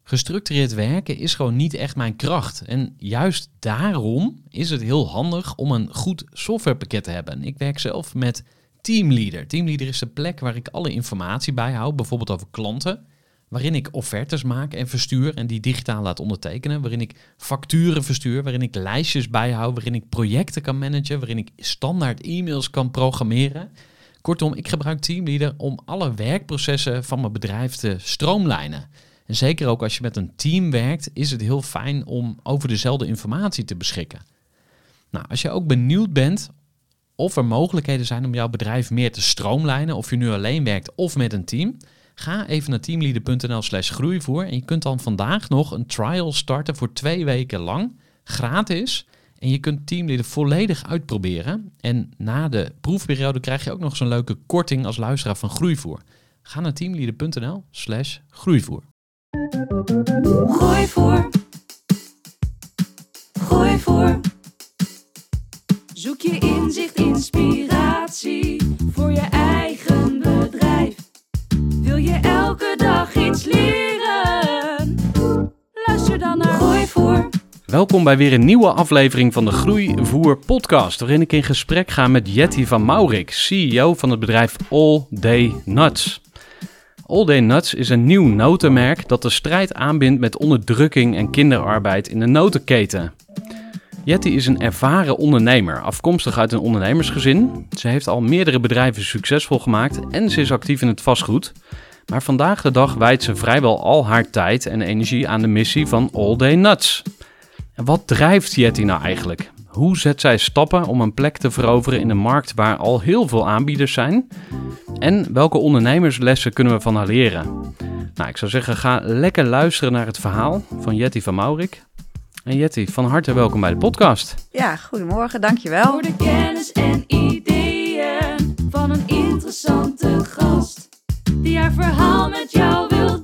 Gestructureerd werken is gewoon niet echt mijn kracht. En juist daarom is het heel handig om een goed softwarepakket te hebben. Ik werk zelf met Teamleader. Teamleader is de plek waar ik alle informatie bijhoud, bijvoorbeeld over klanten, waarin ik offertes maak en verstuur en die digitaal laat ondertekenen, waarin ik facturen verstuur, waarin ik lijstjes bijhoud, waarin ik projecten kan managen, waarin ik standaard e-mails kan programmeren. Kortom, ik gebruik Teamleader om alle werkprocessen van mijn bedrijf te stroomlijnen. En zeker ook als je met een team werkt, is het heel fijn om over dezelfde informatie te beschikken. Nou, als je ook benieuwd bent of er mogelijkheden zijn om jouw bedrijf meer te stroomlijnen, of je nu alleen werkt of met een team, ga even naar teamleader.nl/groeivoer en je kunt dan vandaag nog een trial starten voor 2 weken lang, gratis. En je kunt Teamleader volledig uitproberen. En na de proefperiode krijg je ook nog zo'n leuke korting als luisteraar van Groeivoer. Ga naar teamleader.nl/groeivoer. Groeivoer. Groeivoer. Zoek je inzicht, inspiratie voor je eigen bedrijf. Wil je elke dag iets leren? Luister dan naar Groeivoer. Welkom bij weer een nieuwe aflevering van de Groeivoer podcast, waarin ik in gesprek ga met Jetty van Maurik, CEO van het bedrijf All Day Nuts. All Day Nuts is een nieuw notenmerk dat de strijd aanbindt met onderdrukking en kinderarbeid in de notenketen. Jetty is een ervaren ondernemer, afkomstig uit een ondernemersgezin. Ze heeft al meerdere bedrijven succesvol gemaakt en ze is actief in het vastgoed. Maar vandaag de dag wijdt ze vrijwel al haar tijd en energie aan de missie van All Day Nuts. En wat drijft Jetty nou eigenlijk? Hoe zet zij stappen om een plek te veroveren in een markt waar al heel veel aanbieders zijn? En welke ondernemerslessen kunnen we van haar leren? Nou, ik zou zeggen, ga lekker luisteren naar het verhaal van Jetty van Maurik. En Jetty, van harte welkom bij de podcast. Ja, goedemorgen, dankjewel. Voor de kennis en ideeën van een interessante gast die haar verhaal met jou wil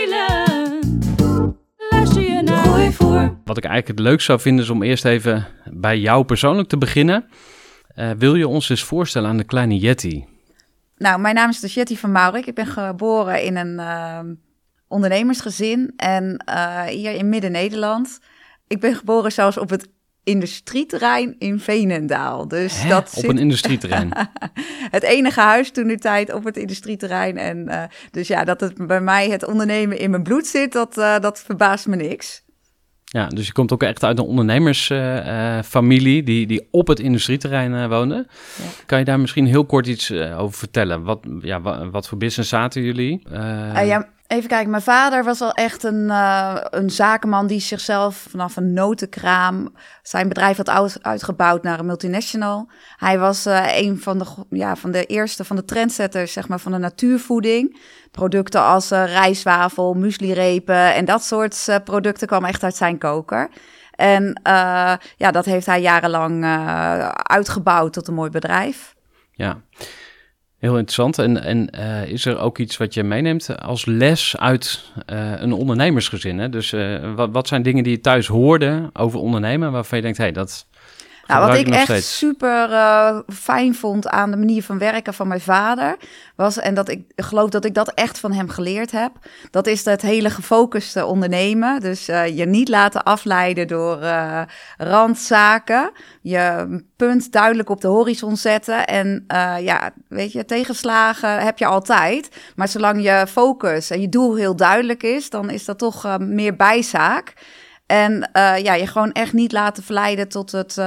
delen. Luister je naar Groeivoer. Wat ik eigenlijk het leukst zou vinden is om eerst even bij jou persoonlijk te beginnen. Wil je ons eens voorstellen aan de kleine Jetty? Nou, mijn naam is dus Jetty van Maurik. Ik ben geboren in een ondernemersgezin en hier in Midden-Nederland. Ik ben geboren zelfs op het industrieterrein in Veenendaal. Dus dat op een industrieterrein? Het enige huis toen die tijd op het industrieterrein. En dus ja, dat het bij mij het ondernemen in mijn bloed zit, dat verbaast me niks. Ja, dus je komt ook echt uit een ondernemersfamilie die op het industrieterrein woonde. Ja. Kan je daar misschien heel kort iets over vertellen? Wat voor business zaten jullie? Even kijken, mijn vader was al echt een zakenman die zichzelf vanaf een notenkraam zijn bedrijf had uitgebouwd naar een multinational. Hij was een van de eerste van de trendsetters, zeg maar, van de natuurvoeding. Producten als rijstwafel, mueslirepen en dat soort producten kwamen echt uit zijn koker. En dat heeft hij jarenlang uitgebouwd tot een mooi bedrijf. Ja. Heel interessant. En is er ook iets wat je meeneemt als les uit een ondernemersgezin? Hè? Dus wat zijn dingen die je thuis hoorde over ondernemen waarvan je denkt, hey, dat wat ik echt steeds super fijn vond aan de manier van werken van mijn vader was, en dat ik geloof dat ik dat echt van hem geleerd heb, dat is het hele gefocuste ondernemen. Dus je niet laten afleiden door randzaken. Je punt duidelijk op de horizon zetten. En weet je, tegenslagen heb je altijd. Maar zolang je focus en je doel heel duidelijk is, dan is dat toch meer bijzaak. En je gewoon echt niet laten verleiden tot het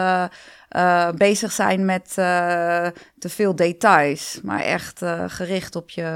bezig zijn met te veel details. Maar echt gericht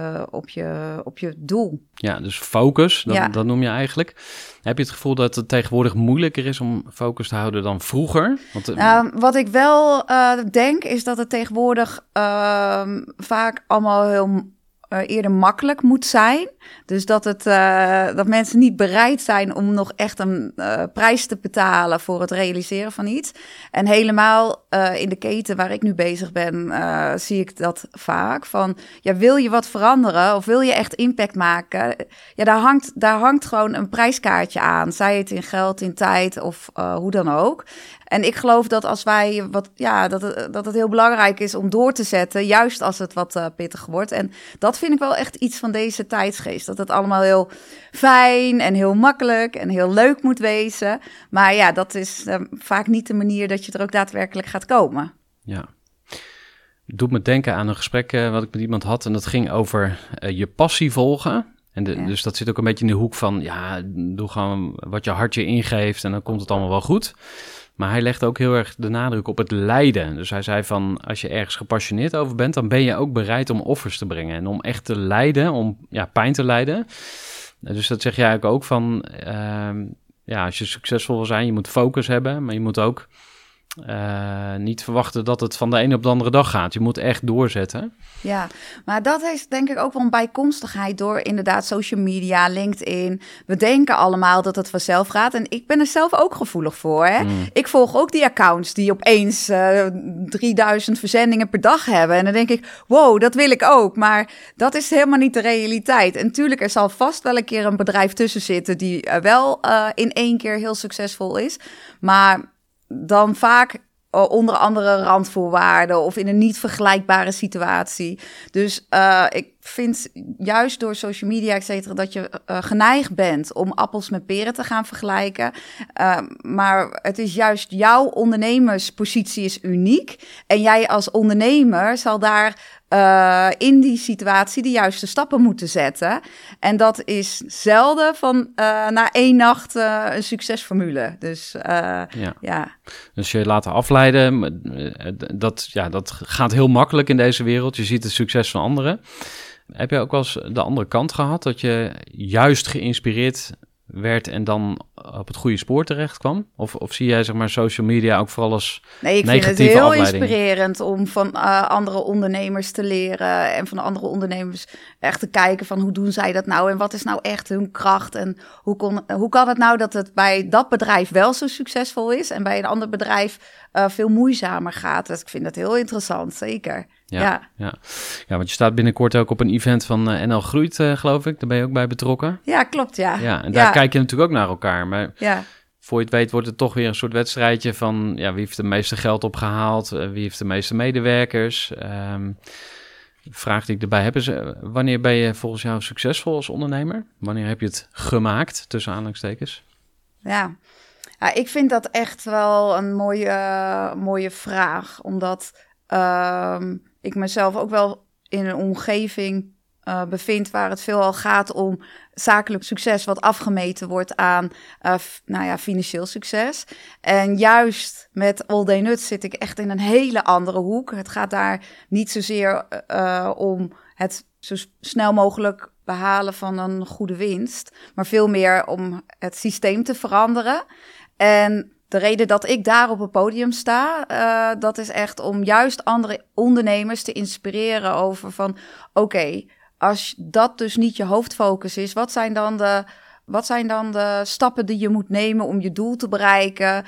op je doel. Ja, dus focus, dat noem je eigenlijk. Heb je het gevoel dat het tegenwoordig moeilijker is om focus te houden dan vroeger? Wat ik wel denk is dat het tegenwoordig vaak allemaal heel eerder makkelijk moet zijn. Dus dat mensen niet bereid zijn om nog echt een prijs te betalen voor het realiseren van iets. En helemaal in de keten waar ik nu bezig ben, zie ik dat vaak. Van, wil je wat veranderen of wil je echt impact maken? Ja, daar hangt gewoon een prijskaartje aan. Zij het in geld, in tijd of hoe dan ook. En ik geloof dat als wij dat het heel belangrijk is om door te zetten, juist als het wat pittig wordt. En dat vind ik wel echt iets van deze tijdsgeest. Dat het allemaal heel fijn en heel makkelijk en heel leuk moet wezen. Maar ja, dat is vaak niet de manier dat je er ook daadwerkelijk gaat komen. Ja. Het doet me denken aan een gesprek wat ik met iemand had. En dat ging over je passie volgen. En dus dat zit ook een beetje in de hoek van, doe gewoon wat je hart je ingeeft en dan komt het allemaal wel goed. Maar hij legde ook heel erg de nadruk op het lijden. Dus hij zei van, als je ergens gepassioneerd over bent, dan ben je ook bereid om offers te brengen. En om echt te lijden, om pijn te lijden. Dus dat zeg je eigenlijk ook van, als je succesvol wil zijn, je moet focus hebben, maar je moet ook niet verwachten dat het van de ene op de andere dag gaat. Je moet echt doorzetten. Ja, maar dat heeft denk ik ook wel een bijkomstigheid door inderdaad social media, LinkedIn. We denken allemaal dat het vanzelf gaat. En ik ben er zelf ook gevoelig voor. Hè? Ik volg ook die accounts die opeens 3000 verzendingen per dag hebben. En dan denk ik, wow, dat wil ik ook. Maar dat is helemaal niet de realiteit. En natuurlijk, er zal vast wel een keer een bedrijf tussen zitten die wel in één keer heel succesvol is. Maar dan vaak onder andere randvoorwaarden of in een niet vergelijkbare situatie. Dus ik vind juist door social media, et cetera, dat je geneigd bent om appels met peren te gaan vergelijken. Maar het is juist jouw ondernemerspositie is uniek. En jij als ondernemer zal daar in die situatie de juiste stappen moeten zetten. En dat is zelden van na 1 nacht een succesformule. Dus Dus je laten afleiden, dat gaat heel makkelijk in deze wereld. Je ziet het succes van anderen. Heb je ook wel eens de andere kant gehad, dat je juist geïnspireerd werd en dan op het goede spoor terecht kwam? Of zie jij zeg maar social media ook vooral als negatieve afleiding? Nee, ik vind het heel inspirerend om van andere ondernemers te leren en van andere ondernemers echt te kijken van hoe doen zij dat nou en wat is nou echt hun kracht en hoe kan het nou dat het bij dat bedrijf wel zo succesvol is en bij een ander bedrijf veel moeizamer gaat. Dus ik vind dat heel interessant, zeker. Ja, want je staat binnenkort ook op een event van NL Groeit, geloof ik. Daar ben je ook bij betrokken. Ja, klopt, ja. Ja, en daar kijk je natuurlijk ook naar elkaar. Maar voor je het weet wordt het toch weer een soort wedstrijdje van wie heeft het meeste geld opgehaald, wie heeft de meeste medewerkers. Vraag die ik erbij heb is, wanneer ben je volgens jou succesvol als ondernemer? Wanneer heb je het gemaakt, tussen aanhalingstekens? Ja, ik vind dat echt wel een mooie vraag, omdat ik mezelf ook wel in een omgeving bevind waar het veelal gaat om zakelijk succes wat afgemeten wordt aan financieel succes. En juist met All Day Nuts zit ik echt in een hele andere hoek. Het gaat daar niet zozeer om het zo snel mogelijk behalen van een goede winst, maar veel meer om het systeem te veranderen. En de reden dat ik daar op het podium sta, dat is echt om juist andere ondernemers te inspireren over van oké, als dat dus niet je hoofdfocus is, wat zijn dan de stappen die je moet nemen om je doel te bereiken?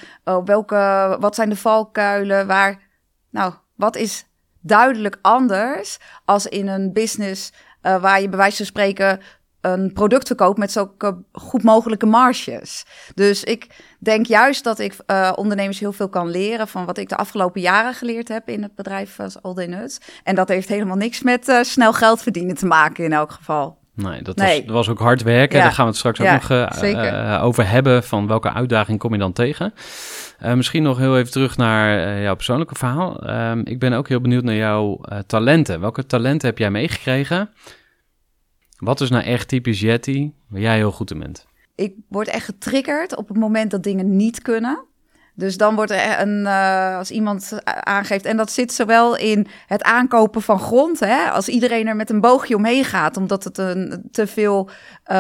Wat zijn de valkuilen? Wat is duidelijk anders als in een business waar je bij wijze van spreken een product verkoopt met zulke goed mogelijke marges. Dus ik denk juist dat ik ondernemers heel veel kan leren van wat ik de afgelopen jaren geleerd heb in het bedrijf als All Day Nuts. En dat heeft helemaal niks met snel geld verdienen te maken in elk geval. Nee, dat was ook hard werken. Daar gaan we het straks ook nog over hebben. Van welke uitdaging kom je dan tegen? Misschien nog heel even terug naar jouw persoonlijke verhaal. Ik ben ook heel benieuwd naar jouw talenten. Welke talenten heb jij meegekregen? Wat is nou echt typisch Jetty, waar jij heel goed in bent? Ik word echt getriggerd op het moment dat dingen niet kunnen. Dus dan wordt er als iemand aangeeft, en dat zit zowel in het aankopen van grond, hè, als iedereen er met een boogje omheen gaat, omdat het te veel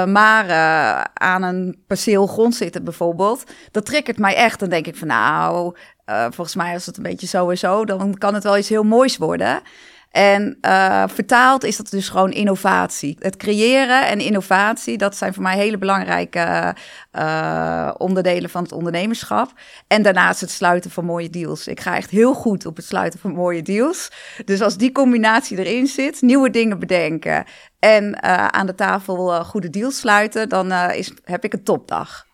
maren aan een perceel grond zitten bijvoorbeeld. Dat triggert mij echt. Dan denk ik van volgens mij als het een beetje zo en zo, dan kan het wel iets heel moois worden. En vertaald is dat dus gewoon innovatie. Het creëren en innovatie, dat zijn voor mij hele belangrijke onderdelen van het ondernemerschap. En daarnaast het sluiten van mooie deals. Ik ga echt heel goed op het sluiten van mooie deals. Dus als die combinatie erin zit, nieuwe dingen bedenken en aan de tafel goede deals sluiten, dan heb ik een topdag.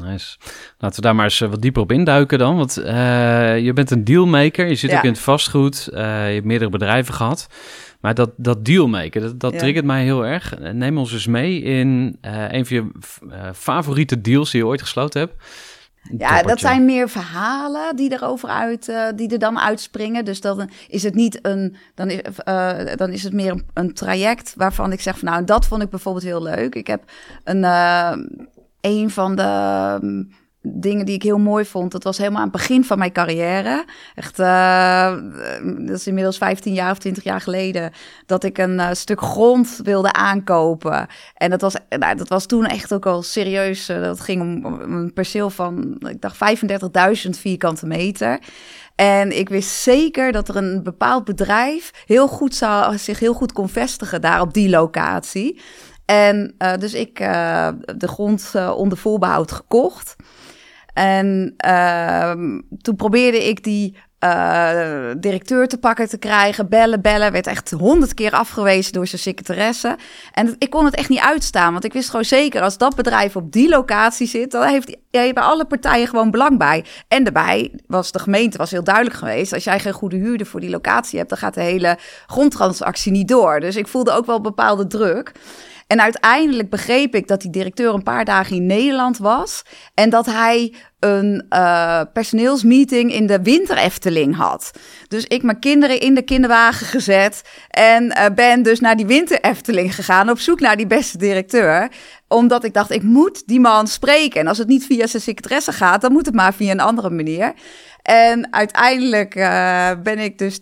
Nice. Laten we daar maar eens wat dieper op induiken dan. Want je bent een dealmaker. Je zit ook in het vastgoed. Je hebt meerdere bedrijven gehad. Maar dat dealmaker, dat triggert mij heel erg. Neem ons eens mee in een van je favoriete deals die je ooit gesloten hebt. Ja, dat zijn meer verhalen die er dan uitspringen. Dus dan is het niet dan is het meer een traject waarvan ik zeg van nou, dat vond ik bijvoorbeeld heel leuk. Ik heb een van de dingen die ik heel mooi vond, dat was helemaal aan het begin van mijn carrière. Echt, dat is inmiddels 15 jaar of 20 jaar geleden, dat ik een stuk grond wilde aankopen. En dat was toen echt ook al serieus. Dat ging om een perceel van, ik dacht 35.000 vierkante meter. En ik wist zeker dat er een bepaald bedrijf zich heel goed kon vestigen daar op die locatie. En dus ik de grond onder voorbehoud gekocht. En toen probeerde ik die directeur te pakken te krijgen. Bellen. Werd echt 100 keer afgewezen door zijn secretaresse. En ik kon het echt niet uitstaan. Want ik wist gewoon zeker, als dat bedrijf op die locatie zit, dan hebben alle partijen gewoon belang bij. En daarbij was de gemeente heel duidelijk geweest. Als jij geen goede huurder voor die locatie hebt, dan gaat de hele grondtransactie niet door. Dus ik voelde ook wel bepaalde druk. En uiteindelijk begreep ik dat die directeur een paar dagen in Nederland was. En dat hij een personeelsmeeting in de Winter Efteling had. Dus ik mijn kinderen in de kinderwagen gezet. En ben dus naar die Winter Efteling gegaan op zoek naar die beste directeur. Omdat ik dacht, ik moet die man spreken. En als het niet via zijn secretaresse gaat, dan moet het maar via een andere manier. En uiteindelijk ben ik dus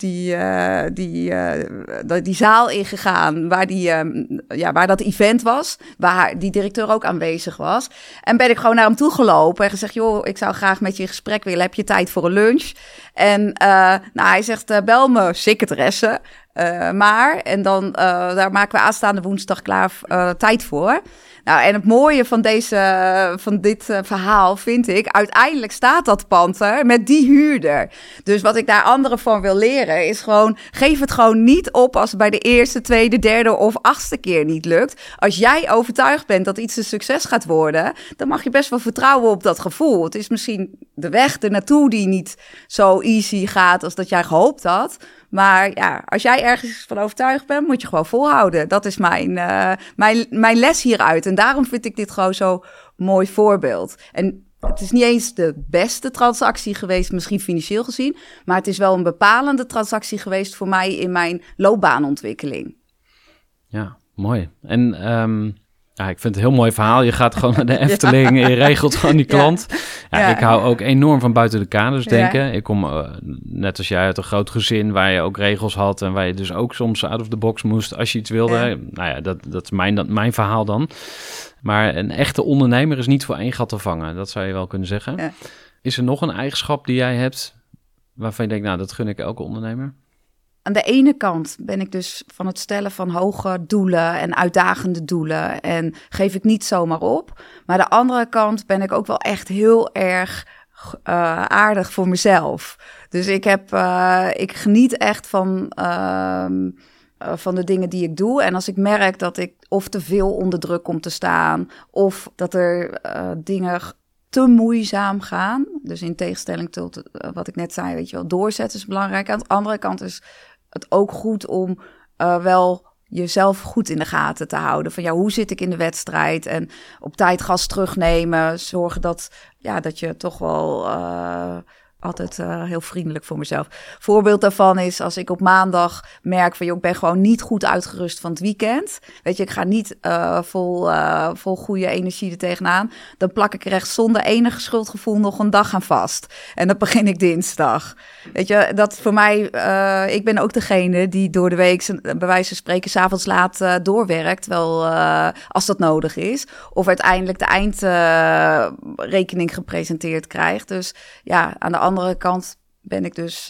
die zaal ingegaan waar dat event was, waar die directeur ook aanwezig was. En ben ik gewoon naar hem toe gelopen en gezegd, joh, ik zou graag met je in gesprek willen. Heb je tijd voor een lunch? En hij zegt, bel me secretaresse. En dan daar maken we aanstaande woensdag klaar tijd voor. Nou, en het mooie van dit verhaal vind ik, uiteindelijk staat dat pand er met die huurder. Dus wat ik daar anderen van wil leren is gewoon, geef het gewoon niet op als het bij de eerste, tweede, derde of 8e keer niet lukt. Als jij overtuigd bent dat iets een succes gaat worden, dan mag je best wel vertrouwen op dat gevoel. Het is misschien de weg ernaartoe die niet zo easy gaat als dat jij gehoopt had. Maar ja, als jij ergens van overtuigd bent, moet je gewoon volhouden. Dat is mijn les hieruit. En daarom vind ik dit gewoon zo'n mooi voorbeeld. En het is niet eens de beste transactie geweest, misschien financieel gezien. Maar het is wel een bepalende transactie geweest voor mij in mijn loopbaanontwikkeling. Ja, mooi. En ik vind het een heel mooi verhaal. Je gaat gewoon naar de Efteling, je regelt gewoon die klant. Ja, ik hou ook enorm van buiten de kaders denken. Ik kom net als jij uit een groot gezin waar je ook regels had en waar je dus ook soms out of the box moest als je iets wilde. Ja. Nou ja, dat is mijn verhaal dan. Maar een echte ondernemer is niet voor één gat te vangen. Dat zou je wel kunnen zeggen. Ja. Is er nog een eigenschap die jij hebt waarvan je denkt, nou, dat gun ik elke ondernemer? Aan de ene kant ben ik dus van het stellen van hoge doelen en uitdagende doelen en geef ik niet zomaar op. Maar aan de andere kant ben ik ook wel echt heel erg aardig voor mezelf. Dus ik geniet echt van de dingen die ik doe. En als ik merk dat ik of te veel onder druk kom te staan of dat er dingen te moeizaam gaan. Dus in tegenstelling tot wat ik net zei, weet je wel, doorzetten is belangrijk. Aan de andere kant is het ook goed om wel jezelf goed in de gaten te houden. Van ja, hoe zit ik in de wedstrijd? En op tijd gas terugnemen. Zorgen dat je toch wel altijd heel vriendelijk voor mezelf. Voorbeeld daarvan is als ik op maandag merk van, ik ben gewoon niet goed uitgerust van het weekend. Weet je, ik ga niet vol goede energie er tegenaan. Dan plak ik er echt zonder enige schuldgevoel nog een dag aan vast. En dan begin ik dinsdag. Weet je, dat voor mij, ik ben ook degene die door de week, bij wijze van spreken, 's avonds laat doorwerkt. Wel als dat nodig is. Of uiteindelijk de eindrekening gepresenteerd krijgt. Dus ja, aan de andere kant ben ik dus,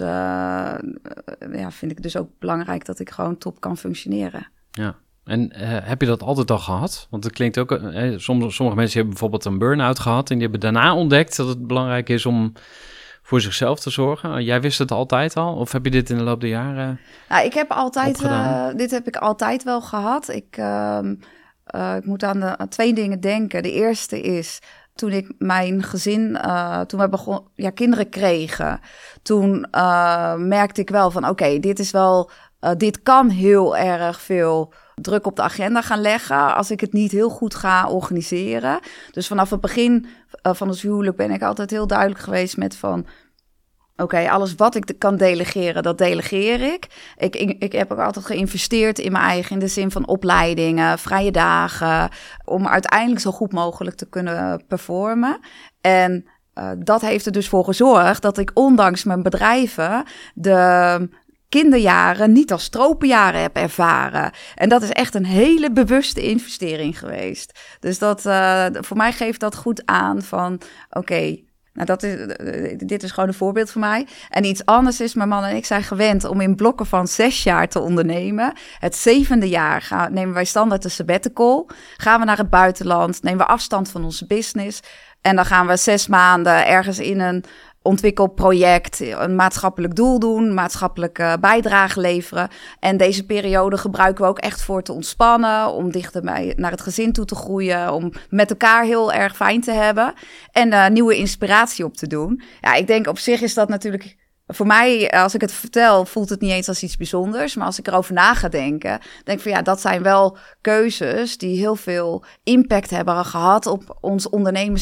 vind ik dus ook belangrijk dat ik gewoon top kan functioneren. Ja, en heb je dat altijd al gehad? Want het klinkt ook, sommige mensen hebben bijvoorbeeld een burn-out gehad en die hebben daarna ontdekt dat het belangrijk is om voor zichzelf te zorgen. Jij wist het altijd al? Of heb je dit in de loop der jaren ik heb altijd, dit heb ik altijd wel gehad. Ik moet aan 2 dingen denken. De eerste is, toen ik mijn gezin, toen we kinderen kregen, toen merkte ik wel van oké, dit is wel, dit kan heel erg veel druk op de agenda gaan leggen als ik het niet heel goed ga organiseren. Dus vanaf het begin van het huwelijk ben ik altijd heel duidelijk geweest met van oké, alles wat ik kan delegeren, dat delegeer ik. Ik heb ook altijd geïnvesteerd in mijn eigen, in de zin van opleidingen, vrije dagen, om uiteindelijk zo goed mogelijk te kunnen performen. En dat heeft er dus voor gezorgd dat ik ondanks mijn bedrijven de kinderjaren niet als tropenjaren heb ervaren. En dat is echt een hele bewuste investering geweest. Dus dat, voor mij geeft dat goed aan van oké, nou, dit is gewoon een voorbeeld voor mij. En iets anders is, mijn man en ik zijn gewend om in blokken van 6 jaar te ondernemen. Het 7e jaar nemen wij standaard een sabbatical. Gaan we naar het buitenland, nemen we afstand van onze business. En dan gaan we 6 maanden ergens in een ontwikkelproject, een maatschappelijk doel doen, maatschappelijke bijdrage leveren. En deze periode gebruiken we ook echt voor te ontspannen, om dichter naar het gezin toe te groeien, om met elkaar heel erg fijn te hebben en nieuwe inspiratie op te doen. Ja, ik denk op zich is dat natuurlijk, voor mij, als ik het vertel, voelt het niet eens als iets bijzonders. Maar als ik erover na ga denken, denk ik van ja, dat zijn wel keuzes die heel veel impact hebben gehad op onze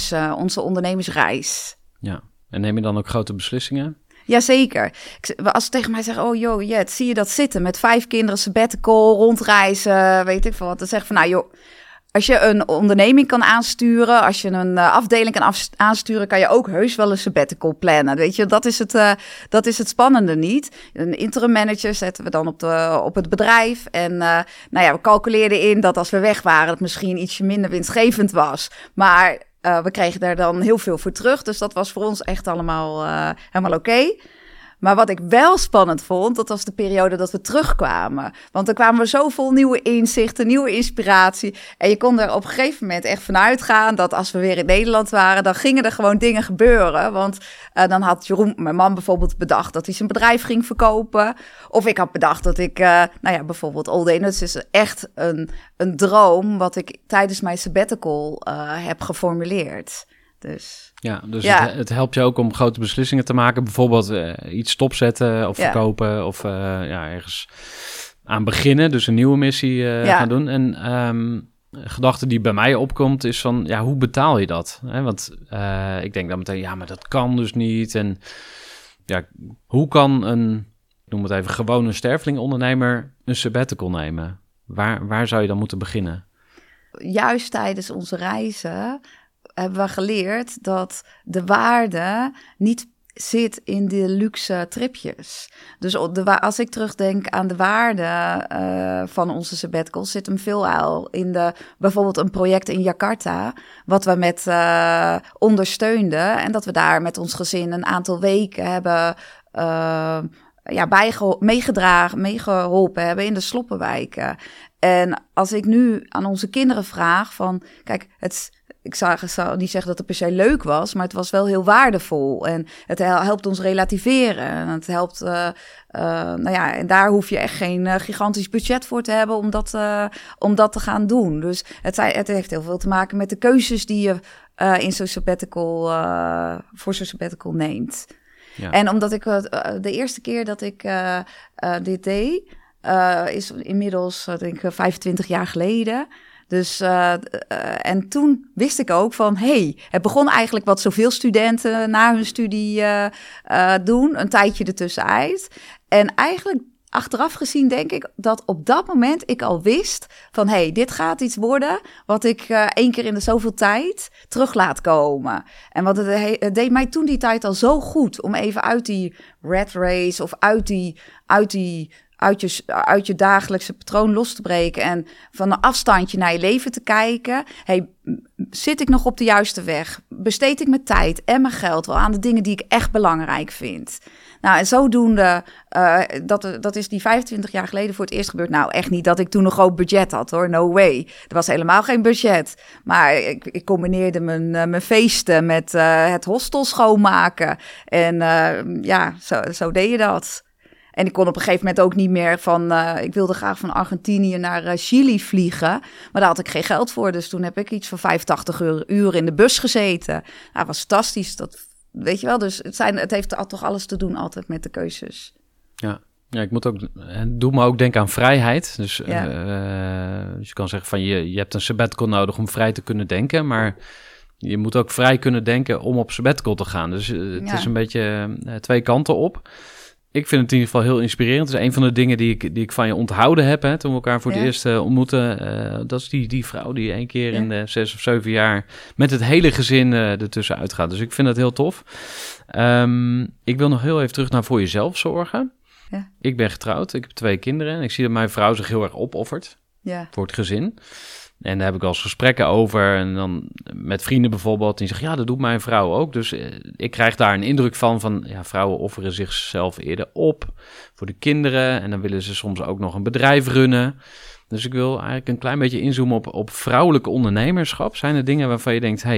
ondernemersreis. Ja. En neem je dan ook grote beslissingen? Jazeker. Als ze tegen mij zeggen, oh joh, Jet, zie je dat zitten met 5 kinderen, sabbatical, rondreizen, weet ik veel wat. Dan zeg ik van nou joh, als je een onderneming kan aansturen, als je een afdeling kan aansturen, kan je ook heus wel een sabbatical plannen. Weet je, dat is het spannende niet. Een interim manager zetten we dan op het bedrijf. En we calculeerden in dat als we weg waren, het misschien ietsje minder winstgevend was. Maar we kregen daar dan heel veel voor terug. Dus dat was voor ons echt allemaal helemaal oké. Maar wat ik wel spannend vond, dat was de periode dat we terugkwamen. Want dan kwamen we zo vol nieuwe inzichten, nieuwe inspiratie. En je kon er op een gegeven moment echt vanuit gaan dat als we weer in Nederland waren, dan gingen er gewoon dingen gebeuren. Want dan had Jeroen, mijn man bijvoorbeeld, bedacht dat hij zijn bedrijf ging verkopen. Of ik had bedacht dat ik, bijvoorbeeld All Day Nuts is echt een droom wat ik tijdens mijn sabbatical heb geformuleerd. Dus het helpt je ook om grote beslissingen te maken. Bijvoorbeeld iets stopzetten of verkopen of ergens aan beginnen. Dus een nieuwe missie gaan doen. En een gedachte die bij mij opkomt is van, hoe betaal je dat? Want ik denk dan meteen, maar dat kan dus niet. En hoe kan ik noem het even, gewone sterveling ondernemer een sabbatical nemen? Waar zou je dan moeten beginnen? Juist tijdens onze reizen hebben we geleerd dat de waarde niet zit in de luxe tripjes. Dus als ik terugdenk aan de waarde van onze sabbaticals, zit hem veelal in bijvoorbeeld een project in Jakarta, wat we met ondersteunden. En dat we daar met ons gezin een aantal weken hebben meegeholpen hebben in de sloppenwijken. En als ik nu aan onze kinderen vraag van, kijk, ik zou niet zeggen dat het per se leuk was, maar het was wel heel waardevol. En het helpt ons relativeren. En het helpt, en daar hoef je echt geen gigantisch budget voor te hebben om dat te gaan doen. Dus het heeft heel veel te maken met de keuzes die je in zo'n sabbatical, voor zo'n sabbatical neemt. Ja. En omdat ik de eerste keer dat ik dit deed, is inmiddels, denk ik, 25 jaar geleden. Dus, en toen wist ik ook van, het begon eigenlijk wat zoveel studenten na hun studie doen, een tijdje ertussenuit. En eigenlijk achteraf gezien denk ik dat op dat moment ik al wist van, dit gaat iets worden wat ik 1 keer in de zoveel tijd terug laat komen. En wat het deed mij toen die tijd al zo goed om even uit die rat race of uit je dagelijkse patroon los te breken en van een afstandje naar je leven te kijken. Zit ik nog op de juiste weg? Besteed ik mijn tijd en mijn geld wel aan de dingen die ik echt belangrijk vind? Nou, en zodoende, dat is die 25 jaar geleden voor het eerst gebeurd. Nou, echt niet dat ik toen een groot budget had, hoor. No way. Er was helemaal geen budget. Maar ik combineerde mijn feesten met het hostel schoonmaken. En zo deed je dat. En ik kon op een gegeven moment ook niet meer ik wilde graag van Argentinië naar Chili vliegen. Maar daar had ik geen geld voor. Dus toen heb ik iets van 85 uur in de bus gezeten. Nou, dat was fantastisch. Dat, weet je wel, dus het heeft toch alles te doen altijd met de keuzes. Ja, het doet me ook denken aan vrijheid. Dus je kan zeggen van je hebt een sabbatical nodig om vrij te kunnen denken. Maar je moet ook vrij kunnen denken om op sabbatical te gaan. Dus het is een beetje twee kanten op. Ik vind het in ieder geval heel inspirerend. Het is een van de dingen die ik van je onthouden heb, hè, toen we elkaar voor het eerst ontmoeten. Dat is die vrouw die 1 keer in de 6 of 7 jaar met het hele gezin ertussen uitgaat. Dus ik vind dat heel tof. Ik wil nog heel even terug naar voor jezelf zorgen. Ja. Ik ben getrouwd, ik heb 2 kinderen en ik zie dat mijn vrouw zich heel erg opoffert voor het gezin. En daar heb ik wel eens gesprekken over. En dan met vrienden bijvoorbeeld. Die zeggen, dat doet mijn vrouw ook. Dus ik krijg daar een indruk van vrouwen offeren zichzelf eerder op voor de kinderen. En dan willen ze soms ook nog een bedrijf runnen. Dus ik wil eigenlijk een klein beetje inzoomen op vrouwelijke ondernemerschap. Zijn er dingen waarvan je denkt,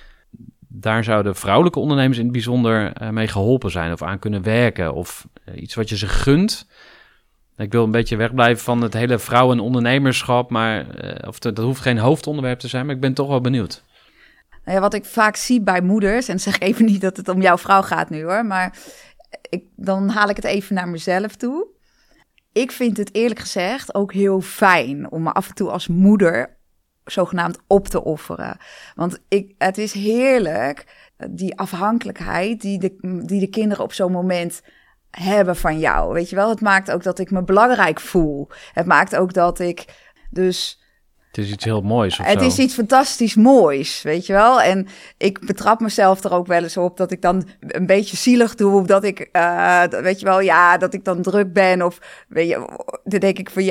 daar zouden vrouwelijke ondernemers in het bijzonder mee geholpen zijn of aan kunnen werken? Of iets wat je ze gunt? Ik wil een beetje wegblijven van het hele vrouw- en ondernemerschap, maar dat hoeft geen hoofdonderwerp te zijn, maar ik ben toch wel benieuwd. Nou ja, wat ik vaak zie bij moeders, en zeg even niet dat het om jouw vrouw gaat nu hoor, maar dan haal ik het even naar mezelf toe. Ik vind het eerlijk gezegd ook heel fijn om me af en toe als moeder zogenaamd op te offeren. Want het is heerlijk, die afhankelijkheid die de kinderen op zo'n moment hebben van jou, weet je wel. Het maakt ook dat ik me belangrijk voel. Het maakt ook dat ik dus... Het is iets heel moois of Het is iets fantastisch moois, weet je wel. En ik betrap mezelf er ook wel eens op dat ik dan een beetje zielig doe. Dat ik, weet je wel, dat ik dan druk ben. Of weet je, dan denk ik van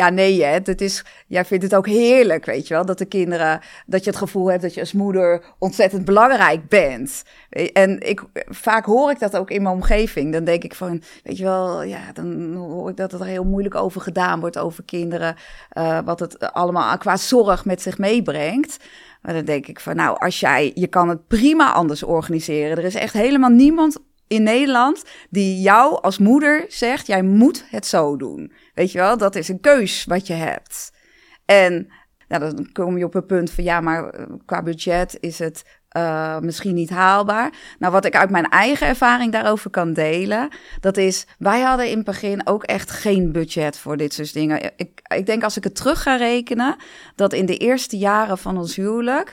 jij vindt het ook heerlijk, weet je wel. Dat de kinderen, dat je het gevoel hebt dat je als moeder ontzettend belangrijk bent. En vaak hoor ik dat ook in mijn omgeving. Dan denk ik van, weet je wel, dan hoor ik dat er heel moeilijk over gedaan wordt over kinderen. Wat het allemaal qua zorg met zich meebrengt. Maar dan denk ik van, je kan het prima anders organiseren. Er is echt helemaal niemand in Nederland die jou als moeder zegt, jij moet het zo doen. Weet je wel, dat is een keus wat je hebt. En dan kom je op een punt van, maar qua budget is het misschien niet haalbaar. Nou, wat ik uit mijn eigen ervaring daarover kan delen, dat is, wij hadden in het begin ook echt geen budget voor dit soort dingen. Ik denk als ik het terug ga rekenen, dat in de eerste jaren van ons huwelijk,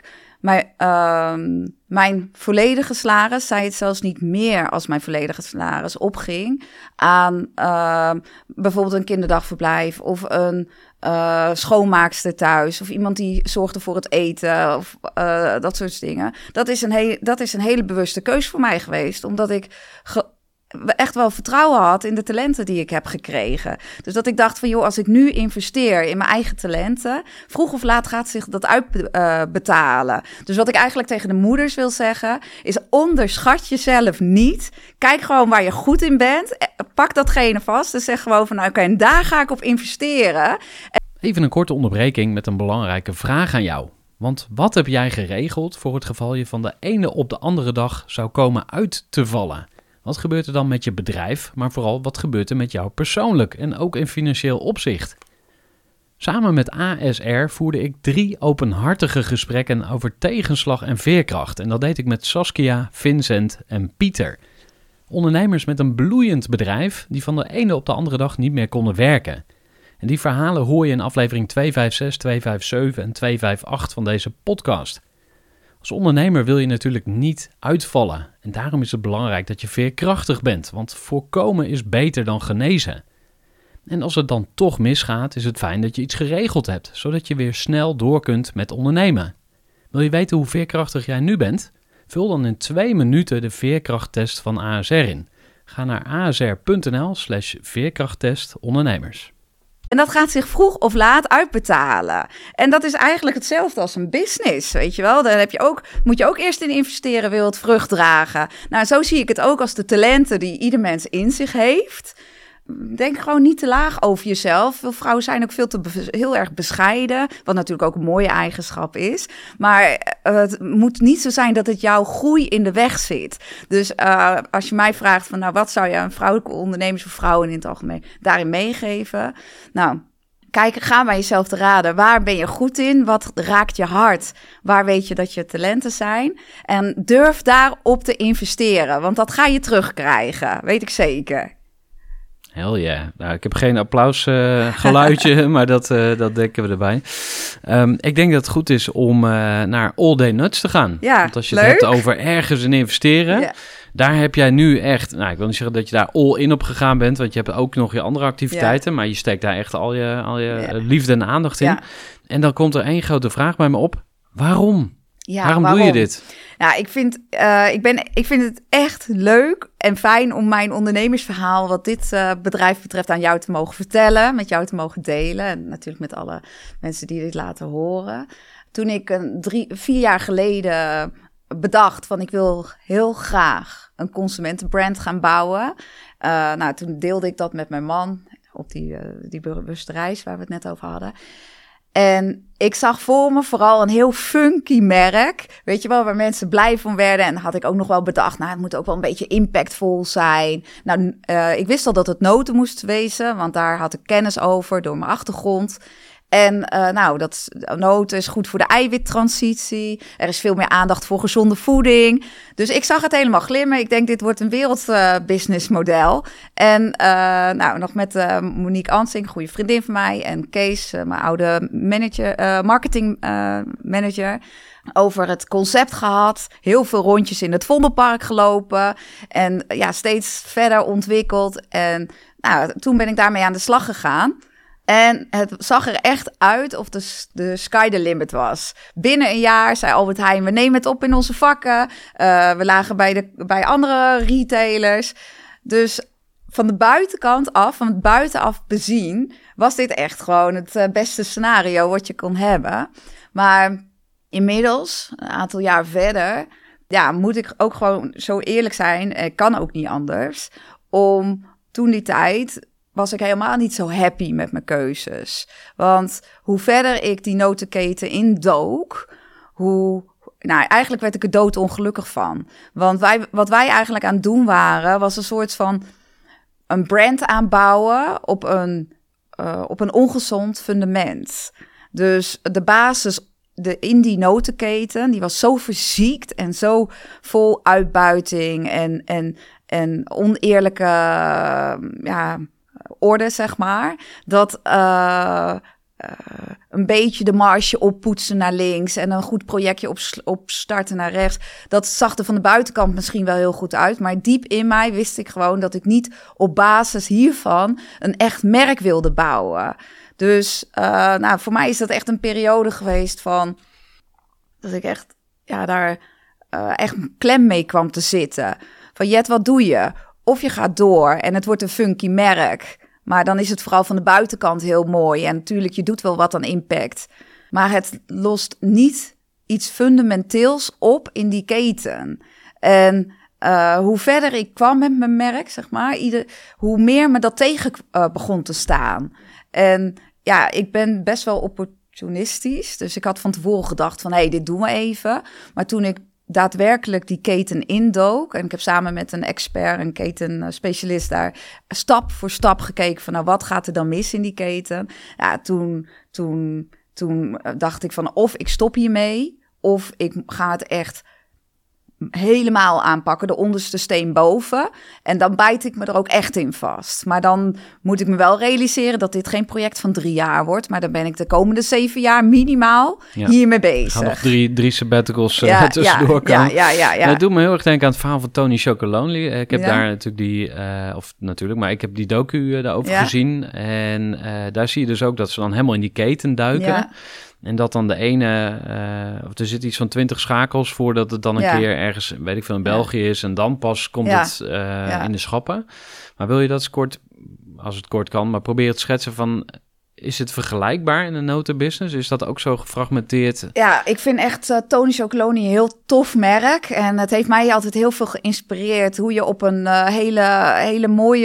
mijn volledige salaris, zij het zelfs niet meer als mijn volledige salaris, opging aan bijvoorbeeld een kinderdagverblijf of een schoonmaakster thuis of iemand die zorgde voor het eten of dat soort dingen. Dat is een hele bewuste keus voor mij geweest, omdat ik echt wel vertrouwen had in de talenten die ik heb gekregen. Dus dat ik dacht van, als ik nu investeer in mijn eigen talenten, vroeg of laat gaat zich dat uitbetalen. Dus wat ik eigenlijk tegen de moeders wil zeggen, is onderschat jezelf niet. Kijk gewoon waar je goed in bent. Pak datgene vast en zeg gewoon van, oké, en daar ga ik op investeren. Even een korte onderbreking met een belangrijke vraag aan jou. Want wat heb jij geregeld voor het geval je van de ene op de andere dag zou komen uit te vallen? Wat gebeurt er dan met je bedrijf, maar vooral wat gebeurt er met jou persoonlijk en ook in financieel opzicht? Samen met ASR voerde ik 3 openhartige gesprekken over tegenslag en veerkracht. En dat deed ik met Saskia, Vincent en Pieter. Ondernemers met een bloeiend bedrijf die van de ene op de andere dag niet meer konden werken. En die verhalen hoor je in aflevering 256, 257 en 258 van deze podcast. Als ondernemer wil je natuurlijk niet uitvallen. En daarom is het belangrijk dat je veerkrachtig bent, want voorkomen is beter dan genezen. En als het dan toch misgaat, is het fijn dat je iets geregeld hebt, zodat je weer snel door kunt met ondernemen. Wil je weten hoe veerkrachtig jij nu bent? Vul dan in 2 minuten de veerkrachttest van ASR in. Ga naar asr.nl/veerkrachttest ondernemers. En dat gaat zich vroeg of laat uitbetalen. En dat is eigenlijk hetzelfde als een business, weet je wel. Daar moet je ook eerst in investeren, wil het vrucht dragen. Nou, zo zie ik het ook als de talenten die ieder mens in zich heeft. denk gewoon niet te laag over jezelf. Veel vrouwen zijn ook heel erg bescheiden, wat natuurlijk ook een mooie eigenschap is. Maar het moet niet zo zijn dat het jouw groei in de weg zit. Dus als je mij vraagt van, nou, wat zou je aan vrouwelijke ondernemers of vrouwen in het algemeen daarin meegeven? Nou, kijk, ga bij jezelf te raden. Waar ben je goed in? Wat raakt je hart? Waar weet je dat je talenten zijn? En durf daarop te investeren, want dat ga je terugkrijgen, weet ik zeker. Hell yeah. Nou, ik heb geen applausgeluidje, maar dat denken we erbij. Ik denk dat het goed is om naar All Day Nuts te gaan. Ja, want als je leuk. het hebt over ergens in investeren, daar heb jij nu echt... Nou, ik wil niet zeggen dat je daar all in op gegaan bent, want je hebt ook nog je andere activiteiten, maar je steekt daar echt al je liefde en aandacht in. En dan komt er één grote vraag bij me op. Waarom? Waarom doe je dit? Ja, ik vind het echt leuk en fijn om mijn ondernemersverhaal, wat dit bedrijf betreft, aan jou te mogen vertellen, met jou te mogen delen. En natuurlijk met alle mensen die dit laten horen. Toen ik 4 jaar geleden bedacht van, ik wil heel graag een consumentenbrand gaan bouwen. Toen deelde ik dat met mijn man op die bewuste reis waar we het net over hadden. En ik zag voor me vooral een heel funky merk, weet je wel, waar mensen blij van werden. En had ik ook nog wel bedacht, nou, het moet ook wel een beetje impactvol zijn. Nou, ik wist al dat het noten moest wezen, want daar had ik kennis over door mijn achtergrond. En dat noten is goed voor de eiwittransitie. Er is veel meer aandacht voor gezonde voeding. Dus ik zag het helemaal glimmen. Ik denk, dit wordt een wereldbusinessmodel. En nog met Monique Ansing, een goede vriendin van mij, en Kees, mijn oude marketing manager, over het concept gehad. Heel veel rondjes in het Vondelpark gelopen. En steeds verder ontwikkeld. En toen ben ik daarmee aan de slag gegaan. En het zag er echt uit of de sky the limit was. Binnen een jaar zei Albert Heijn, we nemen het op in onze vakken. We lagen bij andere retailers. Dus van de buitenkant af, van het buitenaf bezien, was dit echt gewoon het beste scenario wat je kon hebben. Maar inmiddels, een aantal jaar verder, moet ik ook gewoon zo eerlijk zijn. Kan ook niet anders. Om toen die tijd was ik helemaal niet zo happy met mijn keuzes. Want hoe verder ik die notenketen indook, eigenlijk werd ik er doodongelukkig van. Want wat wij eigenlijk aan het doen waren, was een soort van een brand aanbouwen op een ongezond fundament. Dus de basis in die notenketen, die was zo verziekt en zo vol uitbuiting en oneerlijke orde, zeg maar, dat een beetje de marge oppoetsen naar links en een goed projectje opstarten naar rechts, dat zag er van de buitenkant misschien wel heel goed uit, maar diep in mij wist ik gewoon dat ik niet op basis hiervan een echt merk wilde bouwen. Dus voor mij is dat echt een periode geweest van dat ik echt daar echt klem mee kwam te zitten. Van Jet, wat doe je? Of je gaat door en het wordt een funky merk, maar dan is het vooral van de buitenkant heel mooi. En natuurlijk, je doet wel wat aan impact, maar het lost niet iets fundamenteels op in die keten. En hoe verder ik kwam met mijn merk, zeg maar, hoe meer me dat tegen begon te staan. En ik ben best wel opportunistisch, dus ik had van tevoren gedacht van, dit doen we even. Maar toen ik daadwerkelijk die keten indook, en ik heb samen met een expert, een ketenspecialist daar stap voor stap gekeken van, wat gaat er dan mis in die keten? Ja, toen dacht ik van, of ik stop hiermee, of ik ga het echt helemaal aanpakken, de onderste steen boven. En dan bijt ik me er ook echt in vast. Maar dan moet ik me wel realiseren dat dit geen project van 3 jaar wordt. Maar dan ben ik de komende 7 jaar minimaal hiermee bezig. Gaan nog drie sabbaticals tussendoor komen. Ja. Het doet me heel erg denken aan het verhaal van Tony Chocolonely. Ik heb daar natuurlijk maar ik heb die docu daarover gezien. En daar zie je dus ook dat ze dan helemaal in die keten duiken. Ja. En dat dan de ene, er zit iets van 20 schakels voordat het dan een keer ergens, weet ik veel, in België is. En dan pas komt het in de schappen. Maar wil je dat eens kort, als het kort kan, maar probeer het schetsen van, is het vergelijkbaar in een notenbusiness? Is dat ook zo gefragmenteerd? Ja, ik vind echt Tony Chocolonely een heel tof merk. En het heeft mij altijd heel veel geïnspireerd hoe je op een hele mooie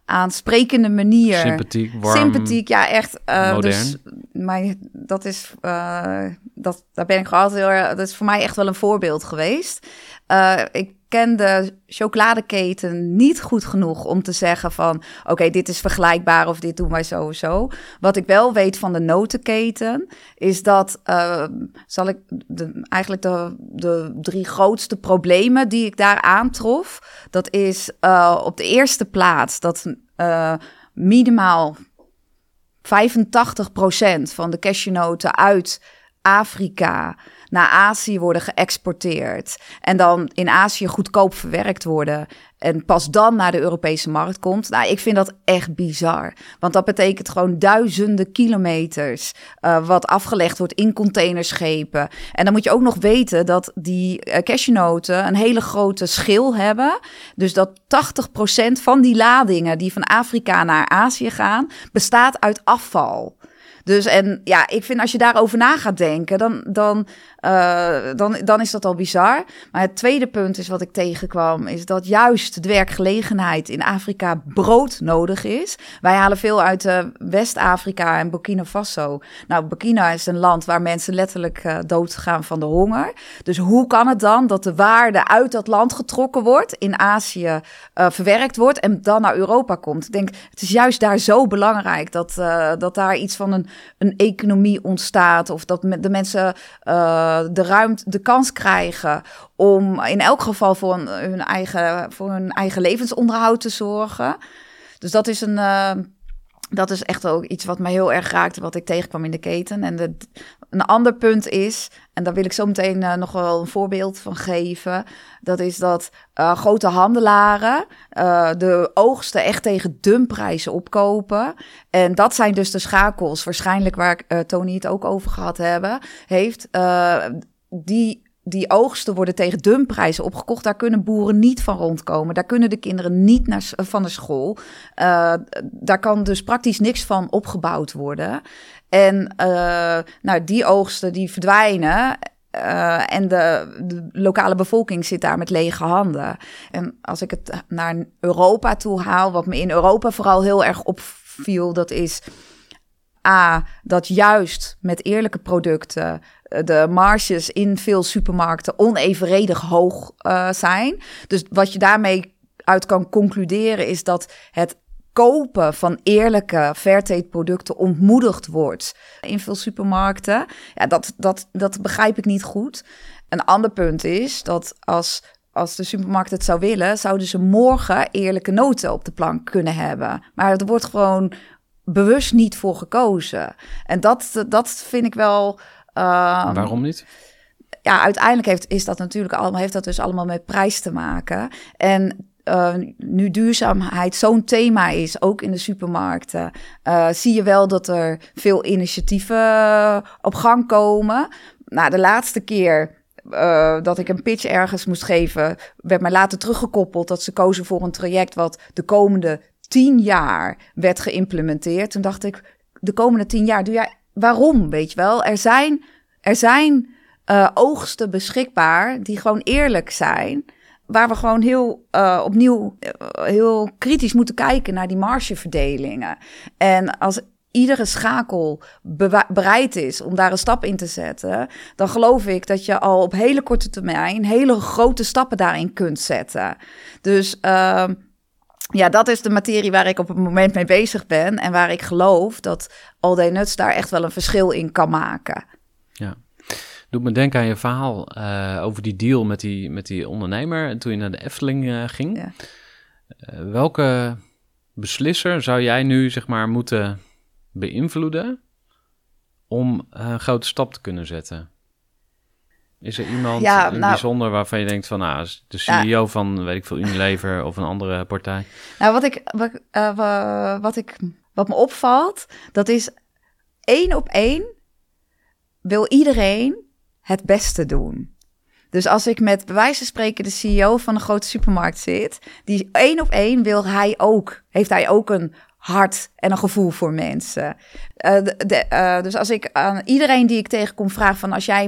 aansprekende manier. Sympathiek, warm. Sympathiek, ja, echt. Modern. Dus, maar dat is, daar ben ik gewoon altijd heel erg. Dat is voor mij echt wel een voorbeeld geweest. Ik ken de chocoladeketen niet goed genoeg om te zeggen van... oké, dit is vergelijkbaar of dit doen wij sowieso. Wat ik wel weet van de notenketen is dat... eigenlijk de 3 grootste problemen die ik daar aantrof... dat is op de eerste plaats dat minimaal 85% van de cashewnoten uit Afrika naar Azië worden geëxporteerd en dan in Azië goedkoop verwerkt worden en pas dan naar de Europese markt komt. Nou, ik vind dat echt bizar, want dat betekent gewoon duizenden kilometers wat afgelegd wordt in containerschepen. En dan moet je ook nog weten dat die cashewnoten een hele grote schil hebben. Dus dat 80% van die ladingen die van Afrika naar Azië gaan, bestaat uit afval. Dus en ja, ik vind als je daarover na gaat denken, dan is dat al bizar. Maar het tweede punt is wat ik tegenkwam, is dat juist de werkgelegenheid in Afrika broodnodig is. Wij halen veel uit West-Afrika en Burkina Faso. Nou, Burkina is een land waar mensen letterlijk doodgaan van de honger. Dus hoe kan het dan dat de waarde uit dat land getrokken wordt, in Azië verwerkt wordt en dan naar Europa komt? Ik denk, het is juist daar zo belangrijk dat daar iets van een economie ontstaat of dat de mensen de kans krijgen om in elk geval voor hun eigen levensonderhoud te zorgen. Dus dat is echt ook iets wat mij heel erg raakte, wat ik tegenkwam in de keten. En een ander punt is, en daar wil ik zo meteen nog wel een voorbeeld van geven, dat is dat grote handelaren de oogsten echt tegen dumpprijzen opkopen. En dat zijn dus de schakels, waarschijnlijk waar Tony het ook over gehad heeft, die oogsten worden tegen dumpprijzen opgekocht. Daar kunnen boeren niet van rondkomen. Daar kunnen de kinderen niet van de school. Daar kan dus praktisch niks van opgebouwd worden. En die oogsten die verdwijnen. En de lokale bevolking zit daar met lege handen. En als ik het naar Europa toe haal, wat me in Europa vooral heel erg opviel, dat is dat juist met eerlijke producten de marges in veel supermarkten onevenredig hoog zijn. Dus wat je daarmee uit kan concluderen is dat het kopen van eerlijke fairtrade producten ontmoedigd wordt in veel supermarkten. Ja, dat begrijp ik niet goed. Een ander punt is dat als de supermarkt het zou willen, zouden ze morgen eerlijke noten op de plank kunnen hebben. Maar er wordt gewoon bewust niet voor gekozen. En dat vind ik wel. Waarom niet? Ja, uiteindelijk heeft dat dus allemaal met prijs te maken. En nu duurzaamheid zo'n thema is, ook in de supermarkten, zie je wel dat er veel initiatieven op gang komen. Nou, de laatste keer dat ik een pitch ergens moest geven, werd mij later teruggekoppeld dat ze kozen voor een traject wat de komende 10 jaar werd geïmplementeerd. Toen dacht ik, de komende 10 jaar, waarom, weet je wel? Er zijn oogsten beschikbaar die gewoon eerlijk zijn, waar we gewoon opnieuw heel kritisch moeten kijken naar die margeverdelingen. En als iedere schakel bereid is om daar een stap in te zetten, dan geloof ik dat je al op hele korte termijn hele grote stappen daarin kunt zetten. Dus ja, dat is de materie waar ik op het moment mee bezig ben en waar ik geloof dat All Day Nuts daar echt wel een verschil in kan maken. Ja. Doet me denken aan je verhaal over die deal met die ondernemer toen je naar de Efteling ging. Ja. Welke beslisser zou jij nu zeg maar moeten beïnvloeden om een grote stap te kunnen zetten? Is er iemand bijzonder waarvan je denkt van, de CEO van, weet ik veel, Unilever of een andere partij? Nou, wat me opvalt, dat is 1 op 1 wil iedereen het beste doen. Dus als ik met bij wijze van spreken de CEO van een grote supermarkt zit, die 1 op 1 heeft hij ook een hart en een gevoel voor mensen. Dus als ik aan iedereen die ik tegenkom vraag van, als jij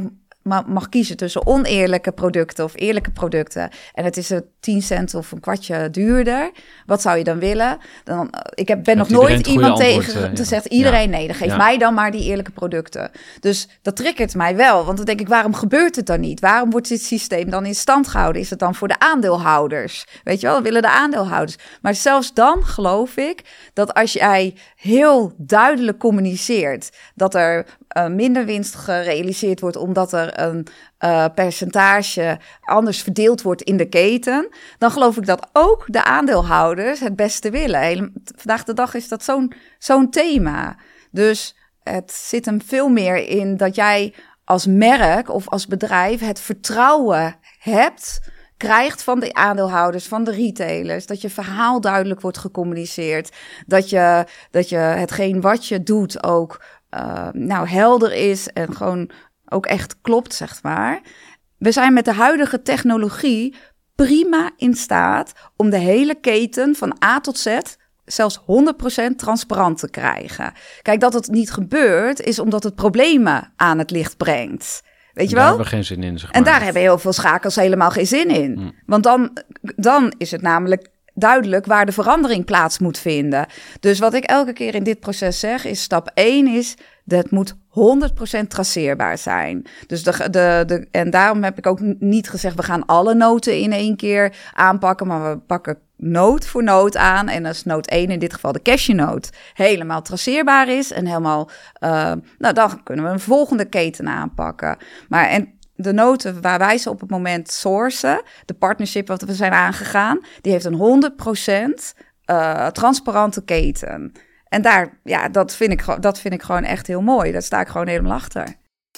mag kiezen tussen oneerlijke producten of eerlijke producten en het is 10 cent of een kwartje duurder, wat zou je dan willen? Ben nog nooit iemand tegen, dan zegt iedereen nee, dan geef mij dan maar die eerlijke producten. Dus dat triggert mij wel, want dan denk ik, waarom gebeurt het dan niet? Waarom wordt dit systeem dan in stand gehouden? Is het dan voor de aandeelhouders? Weet je wel, dan willen de aandeelhouders. Maar zelfs dan geloof ik dat als jij heel duidelijk communiceert dat er minder winst gerealiseerd wordt omdat er een percentage anders verdeeld wordt in de keten, dan geloof ik dat ook de aandeelhouders het beste willen. Vandaag de dag is dat zo'n thema. Dus het zit hem veel meer in dat jij als merk of als bedrijf het vertrouwen krijgt van de aandeelhouders, van de retailers, dat je verhaal duidelijk wordt gecommuniceerd, dat je hetgeen wat je doet ook helder is en gewoon ook echt klopt, zeg maar. We zijn met de huidige technologie prima in staat om de hele keten van A tot Z zelfs 100% transparant te krijgen. Kijk, dat het niet gebeurt is omdat het problemen aan het licht brengt. Weet je wel? Daar hebben we geen zin in, zeg maar. En daar hebben heel veel schakels helemaal geen zin in. Want dan is het namelijk duidelijk waar de verandering plaats moet vinden. Dus wat ik elke keer in dit proces zeg is, stap 1 is, dat moet 100% traceerbaar zijn. Dus en daarom heb ik ook niet gezegd, we gaan alle noten in één keer aanpakken, maar we pakken noot voor noot aan. En als noot 1, in dit geval de cashewnoot, helemaal traceerbaar is en helemaal, dan kunnen we een volgende keten aanpakken. En de noten waar wij ze op het moment sourcen, de partnership wat we zijn aangegaan, die heeft een 100% transparante keten. En dat vind ik gewoon echt heel mooi. Daar sta ik gewoon helemaal achter.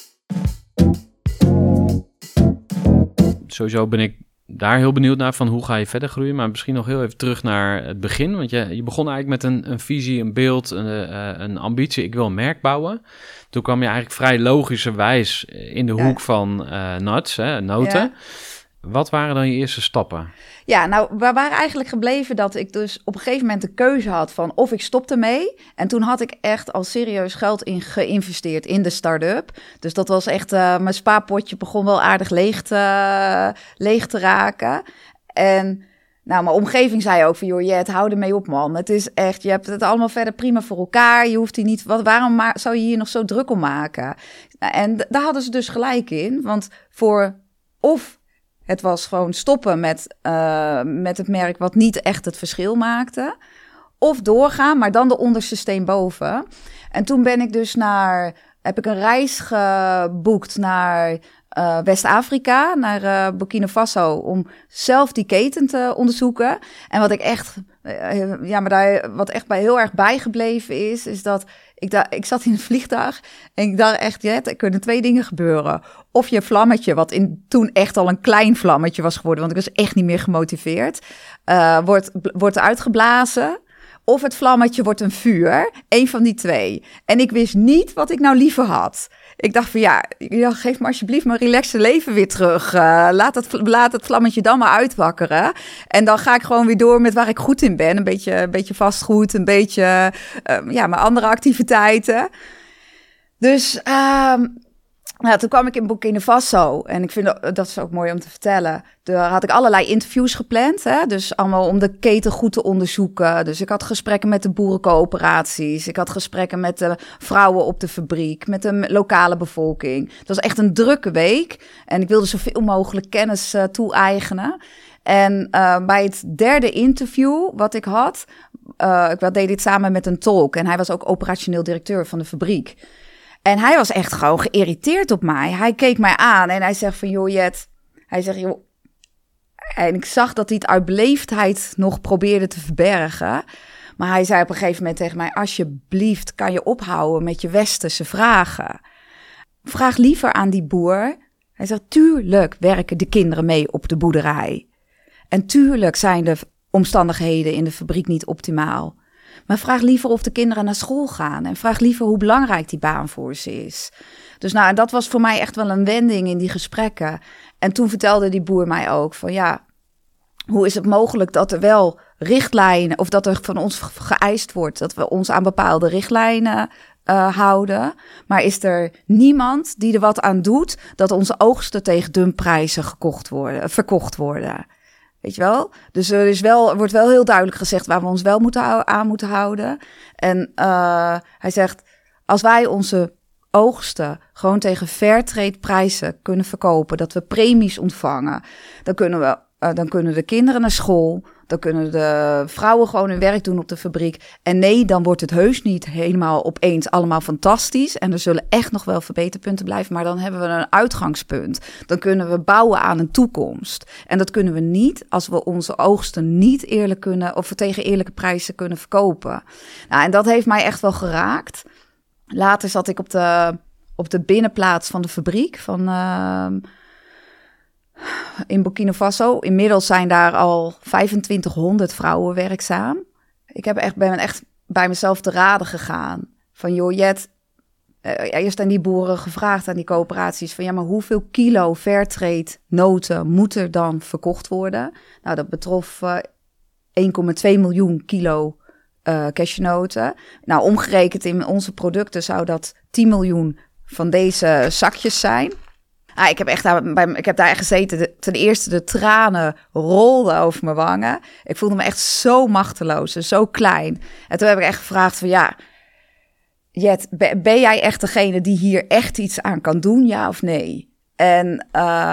Sowieso ben ik daar heel benieuwd naar van hoe ga je verder groeien. Maar misschien nog heel even terug naar het begin. Want je begon eigenlijk met een visie, een beeld, een ambitie. Ik wil een merk bouwen. Toen kwam je eigenlijk vrij logischerwijs in de hoek van nuts, noten. Ja. Wat waren dan je eerste stappen? Ja, nou, we waren eigenlijk gebleven dat ik dus op een gegeven moment de keuze had van of ik stopte mee. En toen had ik echt al serieus geld in geïnvesteerd in de start-up. Dus dat was echt, mijn spaarpotje begon wel aardig leeg te raken. En nou, mijn omgeving zei ook van, joh, hou ermee op, man. Het is echt, je hebt het allemaal verder prima voor elkaar. Je hoeft hier niet, waarom zou je hier nog zo druk om maken? En daar hadden ze dus gelijk in. Want het was gewoon stoppen met het merk wat niet echt het verschil maakte. Of doorgaan, maar dan de onderste steen boven. En toen heb ik een reis geboekt naar West-Afrika, naar Burkina Faso, om zelf die keten te onderzoeken. En wat ik echt, wat echt heel erg bijgebleven is dat ik zat in een vliegtuig en ik dacht echt, er kunnen 2 dingen gebeuren. Of je vlammetje, wat toen echt al een klein vlammetje was geworden, want ik was echt niet meer gemotiveerd, wordt uitgeblazen. Of het vlammetje wordt een vuur. 1 van die 2. En ik wist niet wat ik nou liever had. Ik dacht van geef me alsjeblieft mijn relaxe leven weer terug. Laat het vlammetje dan maar uitwakkeren. En dan ga ik gewoon weer door met waar ik goed in ben. Een beetje vastgoed, een beetje mijn andere activiteiten. Dus toen kwam ik in Burkina Faso. En ik vind dat is ook mooi om te vertellen. Daar had ik allerlei interviews gepland. Dus allemaal om de keten goed te onderzoeken. Dus ik had gesprekken met de boerencoöperaties. Ik had gesprekken met de vrouwen op de fabriek. Met de lokale bevolking. Het was echt een drukke week. En ik wilde zoveel mogelijk kennis toe-eigenen. En bij het 3e interview wat ik had, ik deed dit samen met een tolk. En hij was ook operationeel directeur van de fabriek. En hij was echt gewoon geïrriteerd op mij. Hij keek mij aan en hij zegt van, joh, Jet. Hij zegt, joh. En ik zag dat hij het uit beleefdheid nog probeerde te verbergen. Maar hij zei op een gegeven moment tegen mij, alsjeblieft, kan je ophouden met je westerse vragen. Vraag liever aan die boer. Hij zegt, tuurlijk werken de kinderen mee op de boerderij. En tuurlijk zijn de omstandigheden in de fabriek niet optimaal. Maar vraag liever of de kinderen naar school gaan. En vraag liever hoe belangrijk die baan voor ze is. Dus en dat was voor mij echt wel een wending in die gesprekken. En toen vertelde die boer mij ook van hoe is het mogelijk dat er wel richtlijnen, of dat er van ons geëist wordt dat we ons aan bepaalde richtlijnen houden. Maar is er niemand die er wat aan doet dat onze oogsten tegen dumprijzen verkocht worden. Weet je wel? Dus er wordt wel heel duidelijk gezegd waar we ons wel aan moeten houden. En hij zegt, als wij onze oogsten gewoon tegen fairtrade prijzen kunnen verkopen, dat we premies ontvangen, dan kunnen de kinderen naar school, dan kunnen de vrouwen gewoon hun werk doen op de fabriek. En nee, dan wordt het heus niet helemaal opeens allemaal fantastisch. En er zullen echt nog wel verbeterpunten blijven, maar dan hebben we een uitgangspunt. Dan kunnen we bouwen aan een toekomst. En dat kunnen we niet als we onze oogsten niet eerlijk kunnen of tegen eerlijke prijzen kunnen verkopen. Nou, en dat heeft mij echt wel geraakt. Later zat ik op de binnenplaats van de fabriek in Burkina Faso. Inmiddels zijn daar al 2500 vrouwen werkzaam. Ik ben echt bij mezelf te raden gegaan. Van joh, Jet, eerst aan die boeren gevraagd, aan die coöperaties, van ja, maar hoeveel kilo fairtrade noten moet er dan verkocht worden? Nou, dat betrof 1,2 miljoen kilo cashewnoten. Nou, omgerekend in onze producten zou dat 10 miljoen van deze zakjes zijn. Ik heb daar echt gezeten. Ten eerste, de tranen rolden over mijn wangen. Ik voelde me echt zo machteloos en zo klein. En toen heb ik echt gevraagd van ja, Jet, ben jij echt degene die hier echt iets aan kan doen, ja of nee? En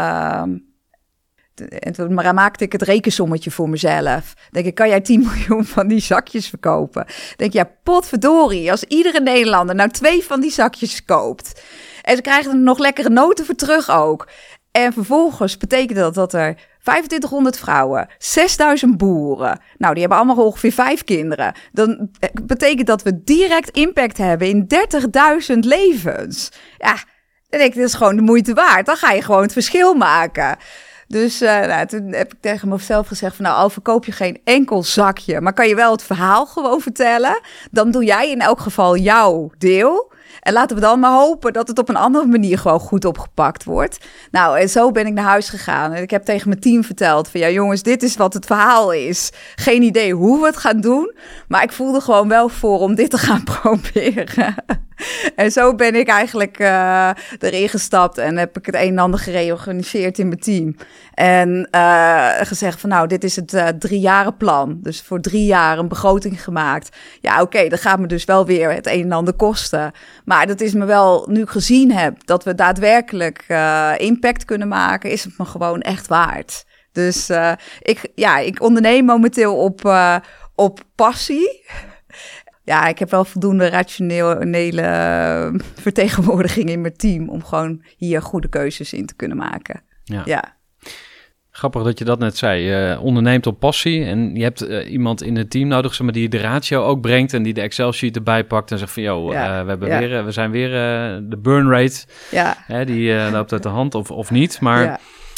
toen maakte ik het rekensommetje voor mezelf. Denk ik, kan jij 10 miljoen van die zakjes verkopen? Denk je, ja, potverdorie, als iedere Nederlander nou 2 van die zakjes koopt. En ze krijgen er nog lekkere noten voor terug ook. En vervolgens betekent dat er 2500 vrouwen, 6000 boeren. Nou, die hebben allemaal ongeveer 5 kinderen. Dan betekent dat we direct impact hebben in 30.000 levens. Ja, dan denk ik, dat is gewoon de moeite waard. Dan ga je gewoon het verschil maken. Dus toen heb ik tegen mezelf gezegd van nou, al verkoop je geen enkel zakje, maar kan je wel het verhaal gewoon vertellen, dan doe jij in elk geval jouw deel. En laten we dan maar hopen dat het op een andere manier gewoon goed opgepakt wordt. Nou, en zo ben ik naar huis gegaan. En ik heb tegen mijn team verteld van ja jongens, dit is wat het verhaal is. Geen idee hoe we het gaan doen, maar ik voelde gewoon wel voor om dit te gaan proberen. En zo ben ik eigenlijk erin gestapt en heb ik het een en ander gereorganiseerd in mijn team. En gezegd van nou, dit is het 3-jarenplan. Dus voor 3 jaar een begroting gemaakt. Ja, oké, dat gaat me dus wel weer het een en ander kosten. Maar dat is me wel, nu ik gezien heb dat we daadwerkelijk impact kunnen maken, is het me gewoon echt waard. Dus ik onderneem momenteel op passie. Ja, ik heb wel voldoende rationele vertegenwoordiging in mijn team om gewoon hier goede keuzes in te kunnen maken. Ja. Grappig dat je dat net zei. Je onderneemt op passie en je hebt iemand in het team nodig, zeg maar, die de ratio ook brengt en die de Excel-sheet erbij pakt en zegt van, we zijn weer de burn rate. Ja. Die loopt uit de hand of niet, maar... Ja.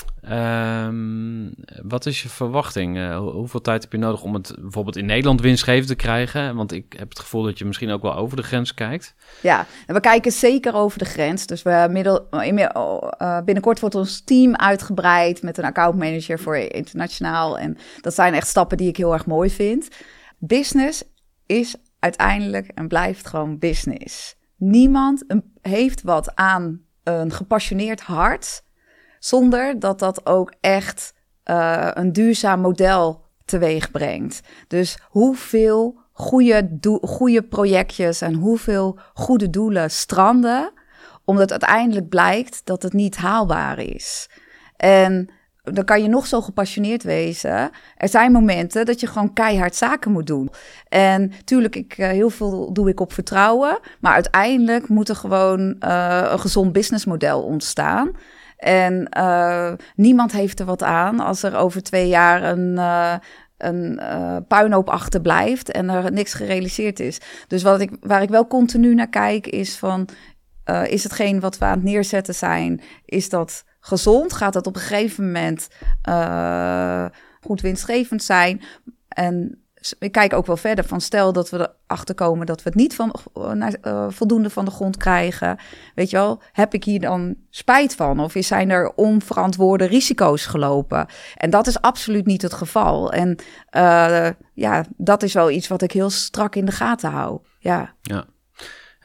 Wat is je verwachting? Hoeveel tijd heb je nodig om het bijvoorbeeld in Nederland winstgevend te krijgen? Want ik heb het gevoel dat je misschien ook wel over de grens kijkt. Ja, en we kijken zeker over de grens. Dus binnenkort wordt ons team uitgebreid met een accountmanager voor internationaal. En dat zijn echt stappen die ik heel erg mooi vind. Business is uiteindelijk en blijft gewoon business. Niemand heeft wat aan een gepassioneerd hart, zonder dat dat ook echt een duurzaam model teweeg brengt. Dus hoeveel goede projectjes en hoeveel goede doelen stranden, omdat uiteindelijk blijkt dat het niet haalbaar is. En dan kan je nog zo gepassioneerd wezen. Er zijn momenten dat je gewoon keihard zaken moet doen. En tuurlijk, heel veel doe ik op vertrouwen, maar uiteindelijk moet er gewoon een gezond businessmodel ontstaan. En niemand heeft er wat aan als er over 2 jaar een puinhoop achterblijft en er niks gerealiseerd is. Dus waar ik wel continu naar kijk is van, is hetgeen wat we aan het neerzetten zijn, is dat gezond? Gaat dat op een gegeven moment goed winstgevend zijn? En ik kijk ook wel verder van, stel dat we erachter komen dat we het niet voldoende van de grond krijgen. Weet je wel, heb ik hier dan spijt van? Of zijn er onverantwoorde risico's gelopen? En dat is absoluut niet het geval. En dat is wel iets wat ik heel strak in de gaten hou. Ja.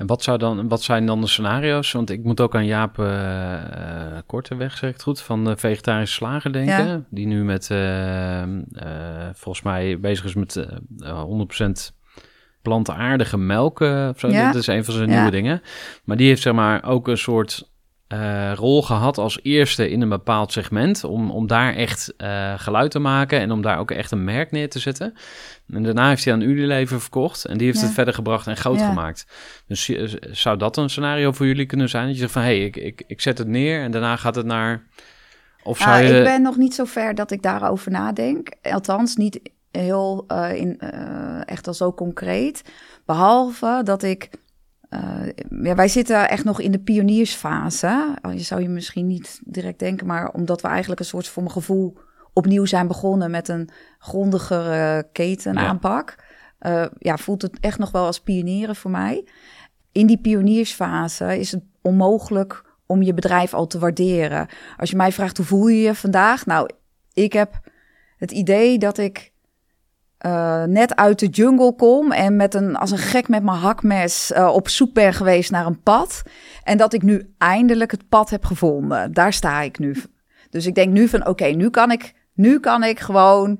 En wat zijn dan de scenario's? Want ik moet ook aan Jaap Korteweg, zeg ik het goed, van de Vegetarische Slager denken. Ja. Die nu met, volgens mij bezig is met 100% plantaardige melk. Of zo. Ja. Dat is een van zijn nieuwe dingen. Maar die heeft zeg maar ook een soort rol gehad als eerste in een bepaald segment. Om daar echt geluid te maken en om daar ook echt een merk neer te zetten. En daarna heeft hij aan Unilever verkocht en die heeft het verder gebracht en groot gemaakt. Dus zou dat een scenario voor jullie kunnen zijn? Dat je zegt van, ik zet het neer en daarna gaat het naar... Of zou je... Ik ben nog niet zo ver dat ik daarover nadenk. Althans, niet heel echt al zo concreet. Behalve dat ik... wij zitten echt nog in de pioniersfase. Je zou je misschien niet direct denken, maar omdat we eigenlijk een soort, voor mijn gevoel, opnieuw zijn begonnen met een grondigere ketenaanpak. Voelt het echt nog wel als pionieren voor mij. In die pioniersfase is het onmogelijk om je bedrijf al te waarderen. Als je mij vraagt, hoe voel je je vandaag? Nou, ik heb het idee dat ik net uit de jungle kom en als een gek met mijn hakmes op zoek ben geweest naar een pad. En dat ik nu eindelijk het pad heb gevonden. Daar sta ik nu. Dus ik denk nu van, oké, nu kan ik gewoon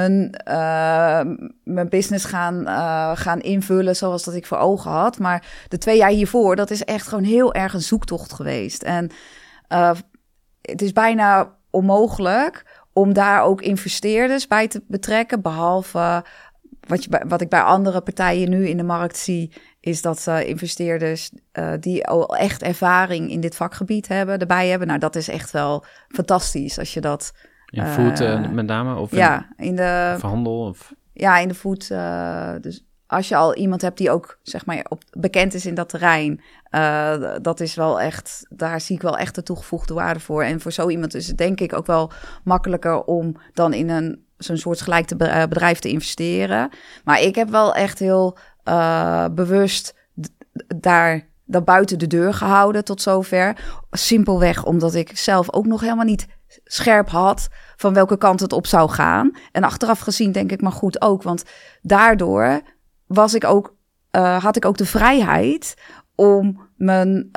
mijn business gaan invullen zoals dat ik voor ogen had. Maar de 2 jaar hiervoor, dat is echt gewoon heel erg een zoektocht geweest. En het is bijna onmogelijk om daar ook investeerders bij te betrekken. Behalve wat ik bij andere partijen nu in de markt zie, is dat investeerders die al echt ervaring in dit vakgebied erbij hebben. Nou, dat is echt wel fantastisch als je dat... In food met name? Of in de... handel? Of... Ja, in de food. Dus als je al iemand hebt die ook, zeg maar, bekend is in dat terrein, dat is wel echt, daar zie ik wel echt de toegevoegde waarde voor. En voor zo iemand is het denk ik ook wel makkelijker om dan in zo'n soortgelijk bedrijf te investeren. Maar ik heb wel echt heel bewust dat buiten de deur gehouden tot zover. Simpelweg omdat ik zelf ook nog helemaal niet scherp had van welke kant het op zou gaan. En achteraf gezien denk ik maar goed ook, want daardoor had ik ook de vrijheid om mijn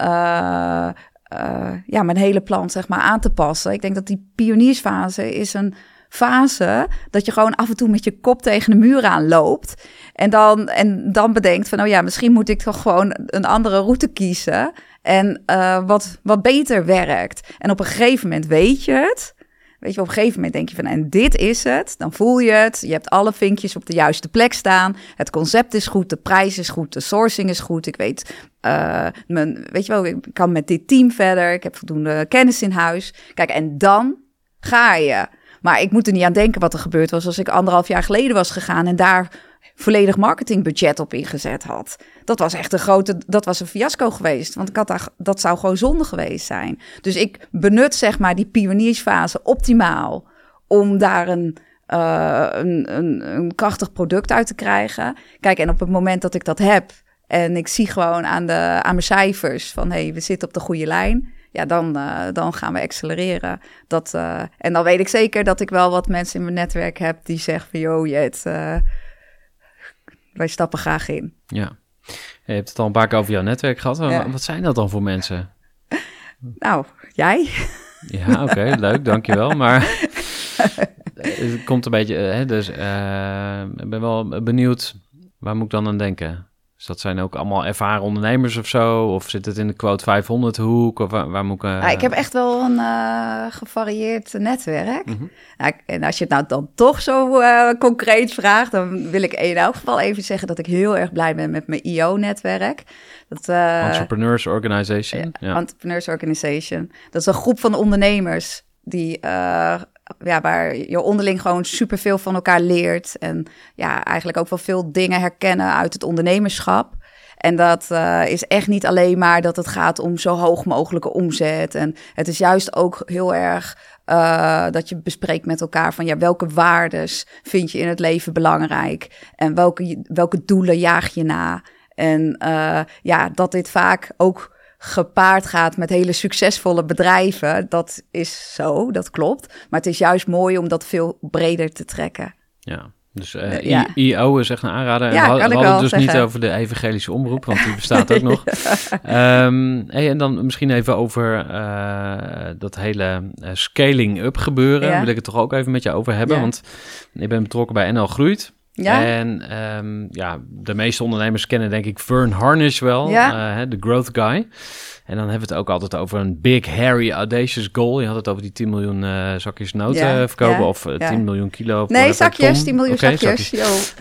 hele plan, zeg maar, aan te passen. Ik denk dat die pioniersfase is een fase dat je gewoon af en toe met je kop tegen de muur aan loopt. En dan bedenkt van, misschien moet ik toch gewoon een andere route kiezen. En wat beter werkt. En op een gegeven moment weet je het. Weet je, op een gegeven moment denk je van, en dit is het. Dan voel je het. Je hebt alle vinkjes op de juiste plek staan. Het concept is goed, de prijs is goed, de sourcing is goed. Ik weet, ik kan met dit team verder. Ik heb voldoende kennis in huis. Kijk, en dan ga je. Maar ik moet er niet aan denken wat er gebeurd was als ik 1,5 jaar geleden was gegaan en daar volledig marketingbudget op ingezet had. Dat was echt dat was een fiasco geweest. Want dat zou gewoon zonde geweest zijn. Dus ik benut, zeg maar, die pioniersfase optimaal om daar een krachtig product uit te krijgen. Kijk, en op het moment dat ik dat heb en ik zie gewoon aan mijn cijfers van, we zitten op de goede lijn. Ja, dan gaan we accelereren. En dan weet ik zeker dat ik wel wat mensen in mijn netwerk heb die zeggen van, wij stappen graag in. Ja, je hebt het al een paar keer over jouw netwerk gehad. Ja. Wat zijn dat dan voor mensen? Nou, jij. Ja, oké, leuk, dankjewel. Maar het komt een beetje, dus ik ben wel benieuwd, waar moet ik dan aan denken? Dus dat zijn ook allemaal ervaren ondernemers of zo? Of zit het in de quote 500 hoek? Of waar moet ik... Ik heb echt wel een gevarieerd netwerk. Mm-hmm. En als je het nou dan toch zo concreet vraagt, dan wil ik in elk geval even zeggen dat ik heel erg blij ben met mijn IO-netwerk. Entrepreneurs Organization. Ja. Entrepreneurs Organization. Dat is een groep van ondernemers die... waar je onderling gewoon superveel van elkaar leert. En eigenlijk ook wel veel dingen herkennen uit het ondernemerschap. En dat is echt niet alleen maar dat het gaat om zo hoog mogelijke omzet. En het is juist ook heel erg dat je bespreekt met elkaar van welke waardes vind je in het leven belangrijk? En welke doelen jaag je na? En dat dit vaak ook gepaard gaat met hele succesvolle bedrijven. Dat is zo, dat klopt. Maar het is juist mooi om dat veel breder te trekken. Ja, Dus IO is echt een aanrader. En we hadden het dus niet over de evangelische omroep, want die bestaat ook nog. En dan misschien even over dat hele scaling-up gebeuren. Daar wil ik het toch ook even met je over hebben. Want ik ben betrokken bij NL Groeit. Ja. En de meeste ondernemers kennen denk ik Vern Harnish wel, de growth guy. En dan hebben we het ook altijd over een big, hairy, audacious goal. Je had het over die 10 miljoen zakjes noten verkopen of 10 miljoen kilo. Nee, zakjes, 10 miljoen zakjes.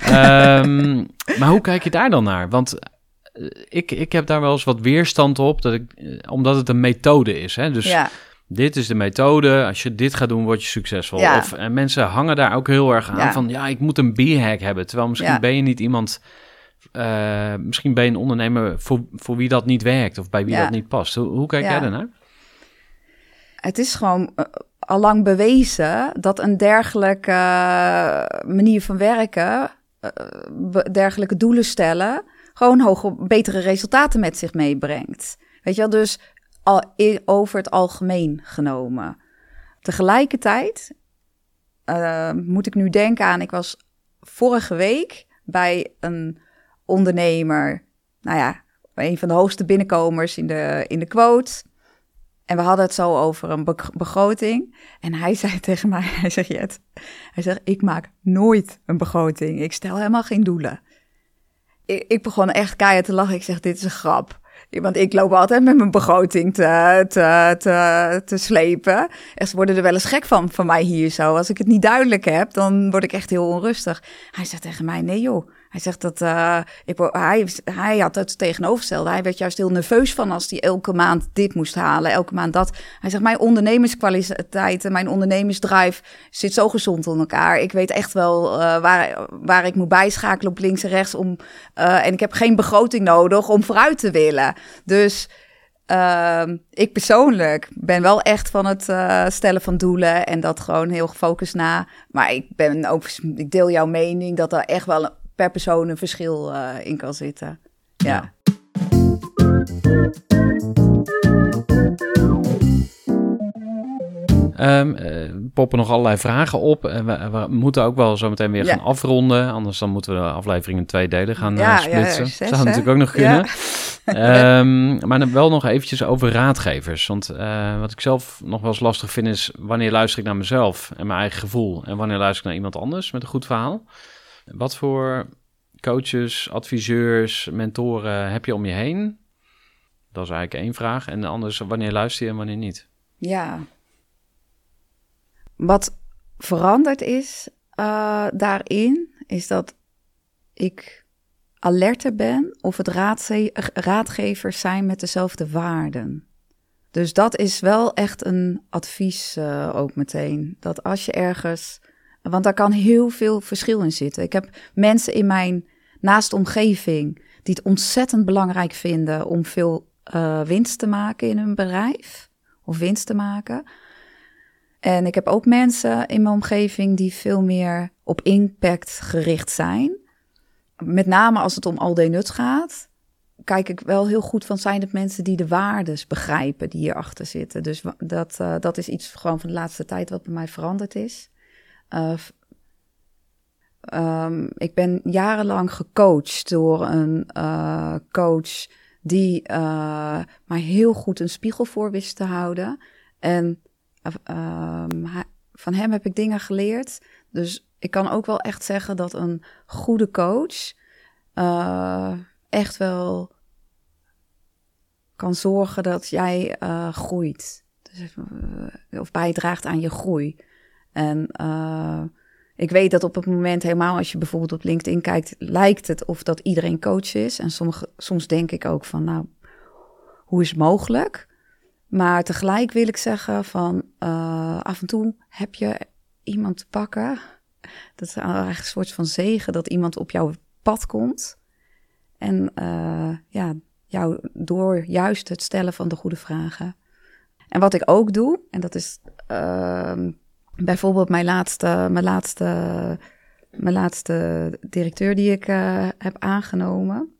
Maar hoe kijk je daar dan naar? Want ik heb daar wel eens wat weerstand op, omdat het een methode is. Hè? Dus dit is de methode. Als je dit gaat doen, word je succesvol. Ja. En mensen hangen daar ook heel erg aan van, ik moet een B-hack hebben. Terwijl misschien ben je niet iemand... misschien ben je een ondernemer voor wie dat niet werkt of bij wie dat niet past. Hoe kijk jij daarnaar? Het is gewoon allang bewezen dat een dergelijke manier van werken, dergelijke doelen stellen, gewoon betere resultaten met zich meebrengt. Weet je wel, dus over het algemeen genomen. Tegelijkertijd moet ik nu denken aan, ik was vorige week bij een ondernemer, een van de hoogste binnenkomers in de quote. En we hadden het zo over een begroting. En hij zei tegen mij, hij zegt, ik maak nooit een begroting. Ik stel helemaal geen doelen. Ik begon echt keihard te lachen. Ik zeg, dit is een grap. Want ik loop altijd met mijn begroting te slepen. Ze worden er wel eens gek van mij hier zo. Als ik het niet duidelijk heb, dan word ik echt heel onrustig. Hij zegt tegen mij, nee joh. Hij zegt dat hij had het tegenovergestelde. Hij werd juist heel nerveus van als hij elke maand dit moest halen, elke maand dat. Hij zegt, mijn ondernemerskwaliteiten, mijn ondernemersdrive zit zo gezond in elkaar. Ik weet echt wel waar ik moet bijschakelen op links en rechts. En ik heb geen begroting nodig om vooruit te willen. Dus ik persoonlijk ben wel echt van het stellen van doelen en dat gewoon heel gefocust na. Maar ik deel jouw mening dat er echt wel per persoon een verschil in kan zitten. Ja. Poppen nog allerlei vragen op. We moeten ook wel zo meteen weer gaan afronden. Anders dan moeten we de aflevering in 2 delen gaan splitsen. Zou natuurlijk ook nog kunnen. Maar dan wel nog eventjes over raadgevers. Want wat ik zelf nog wel eens lastig vind is, wanneer luister ik naar mezelf en mijn eigen gevoel en wanneer luister ik naar iemand anders met een goed verhaal? Wat voor coaches, adviseurs, mentoren heb je om je heen? Dat is eigenlijk 1 vraag. En de andere is, wanneer luister je en wanneer niet? Ja. Wat veranderd is daarin, is dat ik alerter ben of het raadgevers zijn met dezelfde waarden. Dus dat is wel echt een advies ook meteen. Dat als je ergens... Want daar kan heel veel verschil in zitten. Ik heb mensen in mijn naaste omgeving die het ontzettend belangrijk vinden om veel winst te maken in hun bedrijf. Of winst te maken. En ik heb ook mensen in mijn omgeving die veel meer op impact gericht zijn. Met name als het om Alde Nut gaat, kijk ik wel heel goed van, zijn het mensen die de waardes begrijpen die hierachter zitten. Dus dat is iets gewoon van de laatste tijd wat bij mij veranderd is. Ik ben jarenlang gecoacht door een coach die mij heel goed een spiegel voor wist te houden. En van hem heb ik dingen geleerd. Dus ik kan ook wel echt zeggen dat een goede coach echt wel kan zorgen dat jij groeit. Dus, of bijdraagt aan je groei. En ik weet dat op het moment, helemaal als je bijvoorbeeld op LinkedIn kijkt, lijkt het of dat iedereen coach is. En soms denk ik ook van, nou, hoe is het mogelijk? Maar tegelijk wil ik zeggen van, af en toe heb je iemand te pakken. Dat is eigenlijk een soort van zegen dat iemand op jouw pad komt. En jou door juist het stellen van de goede vragen. En wat ik ook doe, en dat is bijvoorbeeld mijn laatste directeur die ik heb aangenomen.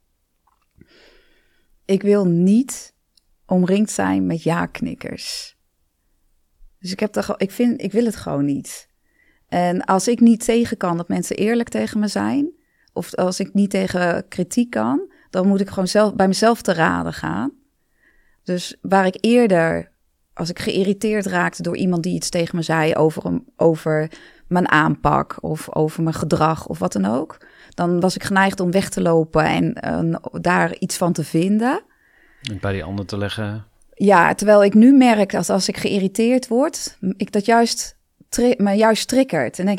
Ik wil niet omringd zijn met ja-knikkers. Dus ik wil het gewoon niet. En als ik niet tegen kan dat mensen eerlijk tegen me zijn, of als ik niet tegen kritiek kan, dan moet ik gewoon zelf bij mezelf te raden gaan. Dus waar ik eerder, als ik geïrriteerd raakte door iemand die iets tegen me zei over mijn aanpak of over mijn gedrag of wat dan ook, dan was ik geneigd om weg te lopen en daar iets van te vinden. En bij die ander te leggen. Ja, terwijl ik nu merk dat als ik geïrriteerd word, ik dat me juist triggert. En denk,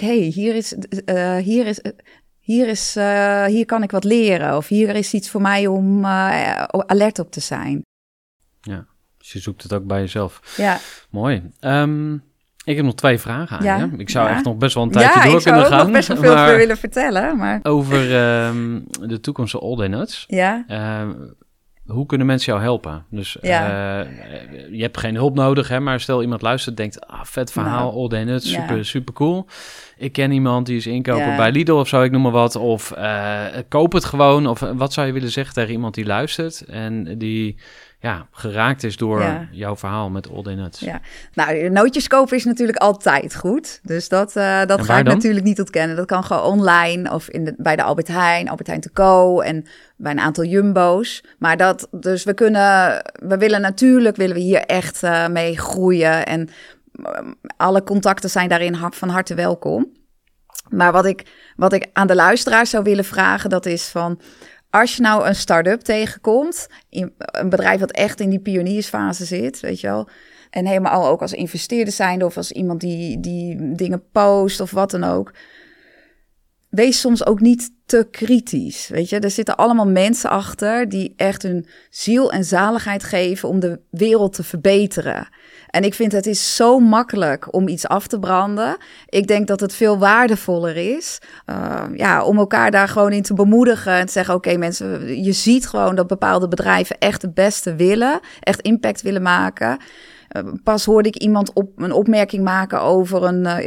hier kan ik wat leren. Of hier is iets voor mij om alert op te zijn. Ja, dus je zoekt het ook bij jezelf. Ja. Mooi. Ik heb nog 2 vragen aan je. Ik zou echt nog best wel een tijdje door kunnen gaan. Ja, ik zou ook nog best wel veel willen vertellen. Maar... Over de toekomst van All Day Nuts. Ja. Hoe kunnen mensen jou helpen? Dus je hebt geen hulp nodig, hè, maar stel iemand luistert denkt, vet verhaal, All Day Nuts, super cool. Ik ken iemand die is inkoper bij Lidl of zo, ik noem maar wat. Of koop het gewoon. Of wat zou je willen zeggen tegen iemand die luistert en die geraakt is door jouw verhaal met All Day Nuts? Ja, nou, nootjes kopen is natuurlijk altijd goed. Dus dat ga ik natuurlijk niet ontkennen. Dat kan gewoon online of bij de Albert Heijn to go en bij een aantal Jumbo's. Maar dus willen we hier echt mee groeien en alle contacten zijn daarin van harte welkom. Maar wat ik aan de luisteraars zou willen vragen, dat is van, als je nou een start-up tegenkomt, een bedrijf dat echt in die pioniersfase zit, weet je wel, en helemaal ook als investeerder zijnde of als iemand die dingen post of wat dan ook, wees soms ook niet te kritisch, weet je. Er zitten allemaal mensen achter die echt hun ziel en zaligheid geven om de wereld te verbeteren. En ik vind het is zo makkelijk om iets af te branden. Ik denk dat het veel waardevoller is om elkaar daar gewoon in te bemoedigen en te zeggen, oké, mensen, je ziet gewoon dat bepaalde bedrijven echt het beste willen, echt impact willen maken. Pas hoorde ik iemand een opmerking maken over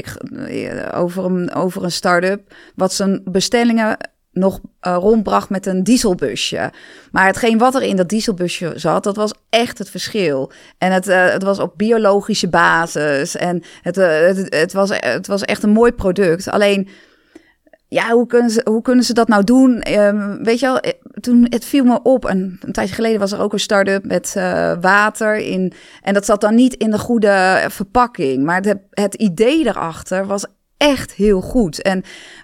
een start-up, wat zijn bestellingen nog rondbracht met een dieselbusje. Maar hetgeen wat er in dat dieselbusje zat, dat was echt het verschil. En het was op biologische basis. En het was echt een mooi product. Alleen, ja, hoe kunnen ze dat nou doen? Weet je wel, toen het viel me op. En een tijdje geleden was er ook een start-up met water in. En dat zat dan niet in de goede verpakking. Maar het idee erachter was echt heel goed. En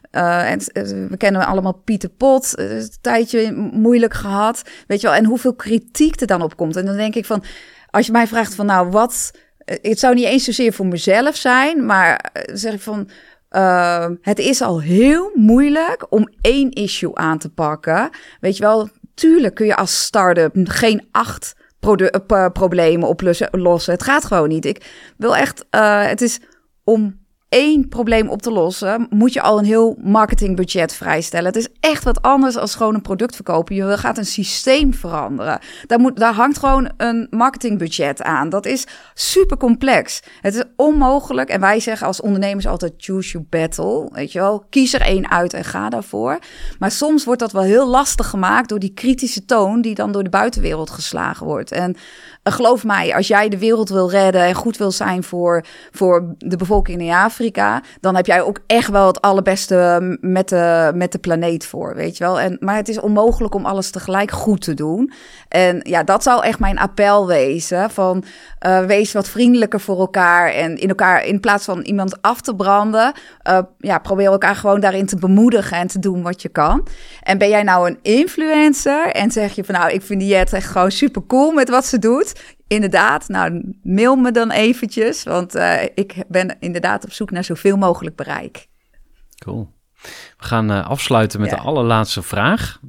we kennen allemaal Pieter Pot, een tijdje moeilijk gehad, weet je wel, en hoeveel kritiek er dan op komt. En dan denk ik van, als je mij vraagt van, nou, het zou niet eens zozeer voor mezelf zijn, maar zeg ik van, het is al heel moeilijk om 1 issue aan te pakken. Weet je wel, tuurlijk kun je als start-up geen 8 problemen oplossen. Het gaat gewoon niet. Ik wil echt, het is om 1 probleem op te lossen, moet je al een heel marketingbudget vrijstellen. Het is echt wat anders als gewoon een product verkopen. Je gaat een systeem veranderen. Daar hangt gewoon een marketingbudget aan. Dat is super complex. Het is onmogelijk. En wij zeggen als ondernemers altijd choose your battle. Weet je wel, kies er 1 uit en ga daarvoor. Maar soms wordt dat wel heel lastig gemaakt door die kritische toon die dan door de buitenwereld geslagen wordt. En geloof mij, als jij de wereld wil redden en goed wil zijn voor de bevolking in Afrika, dan heb jij ook echt wel het allerbeste met de planeet voor, weet je wel. Maar het is onmogelijk om alles tegelijk goed te doen. En ja, dat zou echt mijn appel wezen, van wees wat vriendelijker voor elkaar en in plaats van iemand af te branden, probeer elkaar gewoon daarin te bemoedigen en te doen wat je kan. En ben jij nou een influencer en zeg je van, nou, ik vind Jet echt gewoon super cool met wat ze doet. Inderdaad, nou, mail me dan eventjes, want ik ben inderdaad op zoek naar zoveel mogelijk bereik. Cool. We gaan afsluiten met de allerlaatste vraag.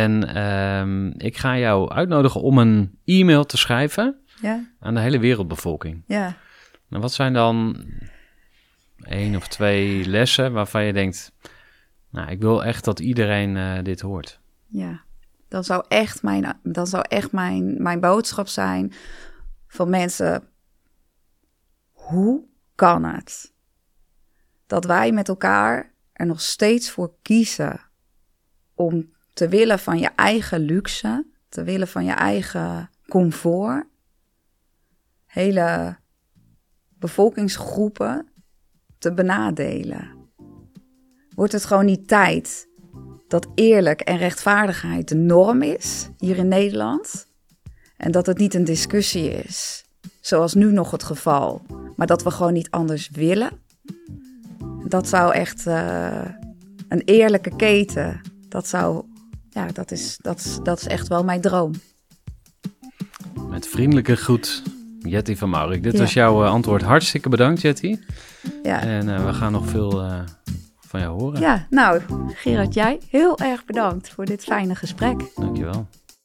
En ik ga jou uitnodigen om een e-mail te schrijven aan de hele wereldbevolking. Ja. Nou, wat zijn dan 1 of 2 lessen waarvan je denkt, nou, ik wil echt dat iedereen dit hoort? Ja. Dan zou echt mijn boodschap zijn van mensen, hoe kan het dat wij met elkaar er nog steeds voor kiezen om te willen van je eigen luxe, te willen van je eigen comfort, hele bevolkingsgroepen te benadelen? Wordt het gewoon niet tijd dat eerlijk en rechtvaardigheid de norm is hier in Nederland? En dat het niet een discussie is, zoals nu nog het geval, maar dat we gewoon niet anders willen? Dat zou echt een eerlijke keten, dat is echt wel mijn droom. Met vriendelijke groet, Jetty van Maurik. Dit was jouw antwoord. Hartstikke bedankt, Jetty. Ja. En we gaan nog veel van jou horen. Ja, nou, Gerard, jij heel erg bedankt voor dit fijne gesprek. Dankjewel.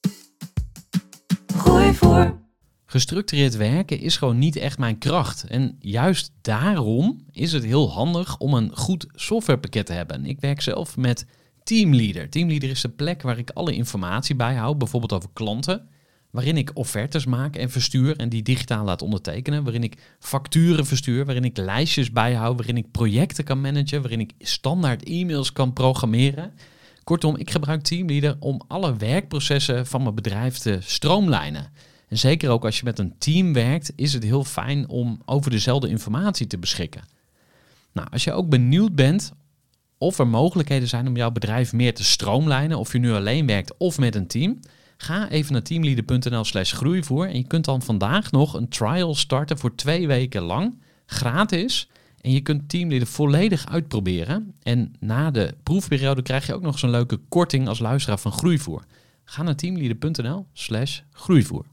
Gooi voor. Gestructureerd werken is gewoon niet echt mijn kracht. En juist daarom is het heel handig om een goed softwarepakket te hebben. Ik werk zelf met Teamleader. Teamleader is de plek waar ik alle informatie bijhoud, bijvoorbeeld over klanten, waarin ik offertes maak en verstuur en die digitaal laat ondertekenen, waarin ik facturen verstuur, waarin ik lijstjes bijhoud, waarin ik projecten kan managen, waarin ik standaard e-mails kan programmeren. Kortom, ik gebruik Teamleader om alle werkprocessen van mijn bedrijf te stroomlijnen. En zeker ook als je met een team werkt, is het heel fijn om over dezelfde informatie te beschikken. Nou, als je ook benieuwd bent of er mogelijkheden zijn om jouw bedrijf meer te stroomlijnen, of je nu alleen werkt of met een team, ga even naar teamleader.nl/groeivoer en je kunt dan vandaag nog een trial starten voor 2 weken lang, gratis. En je kunt Teamleader volledig uitproberen. En na de proefperiode krijg je ook nog zo'n leuke korting als luisteraar van Groeivoer. Ga naar teamleader.nl/groeivoer.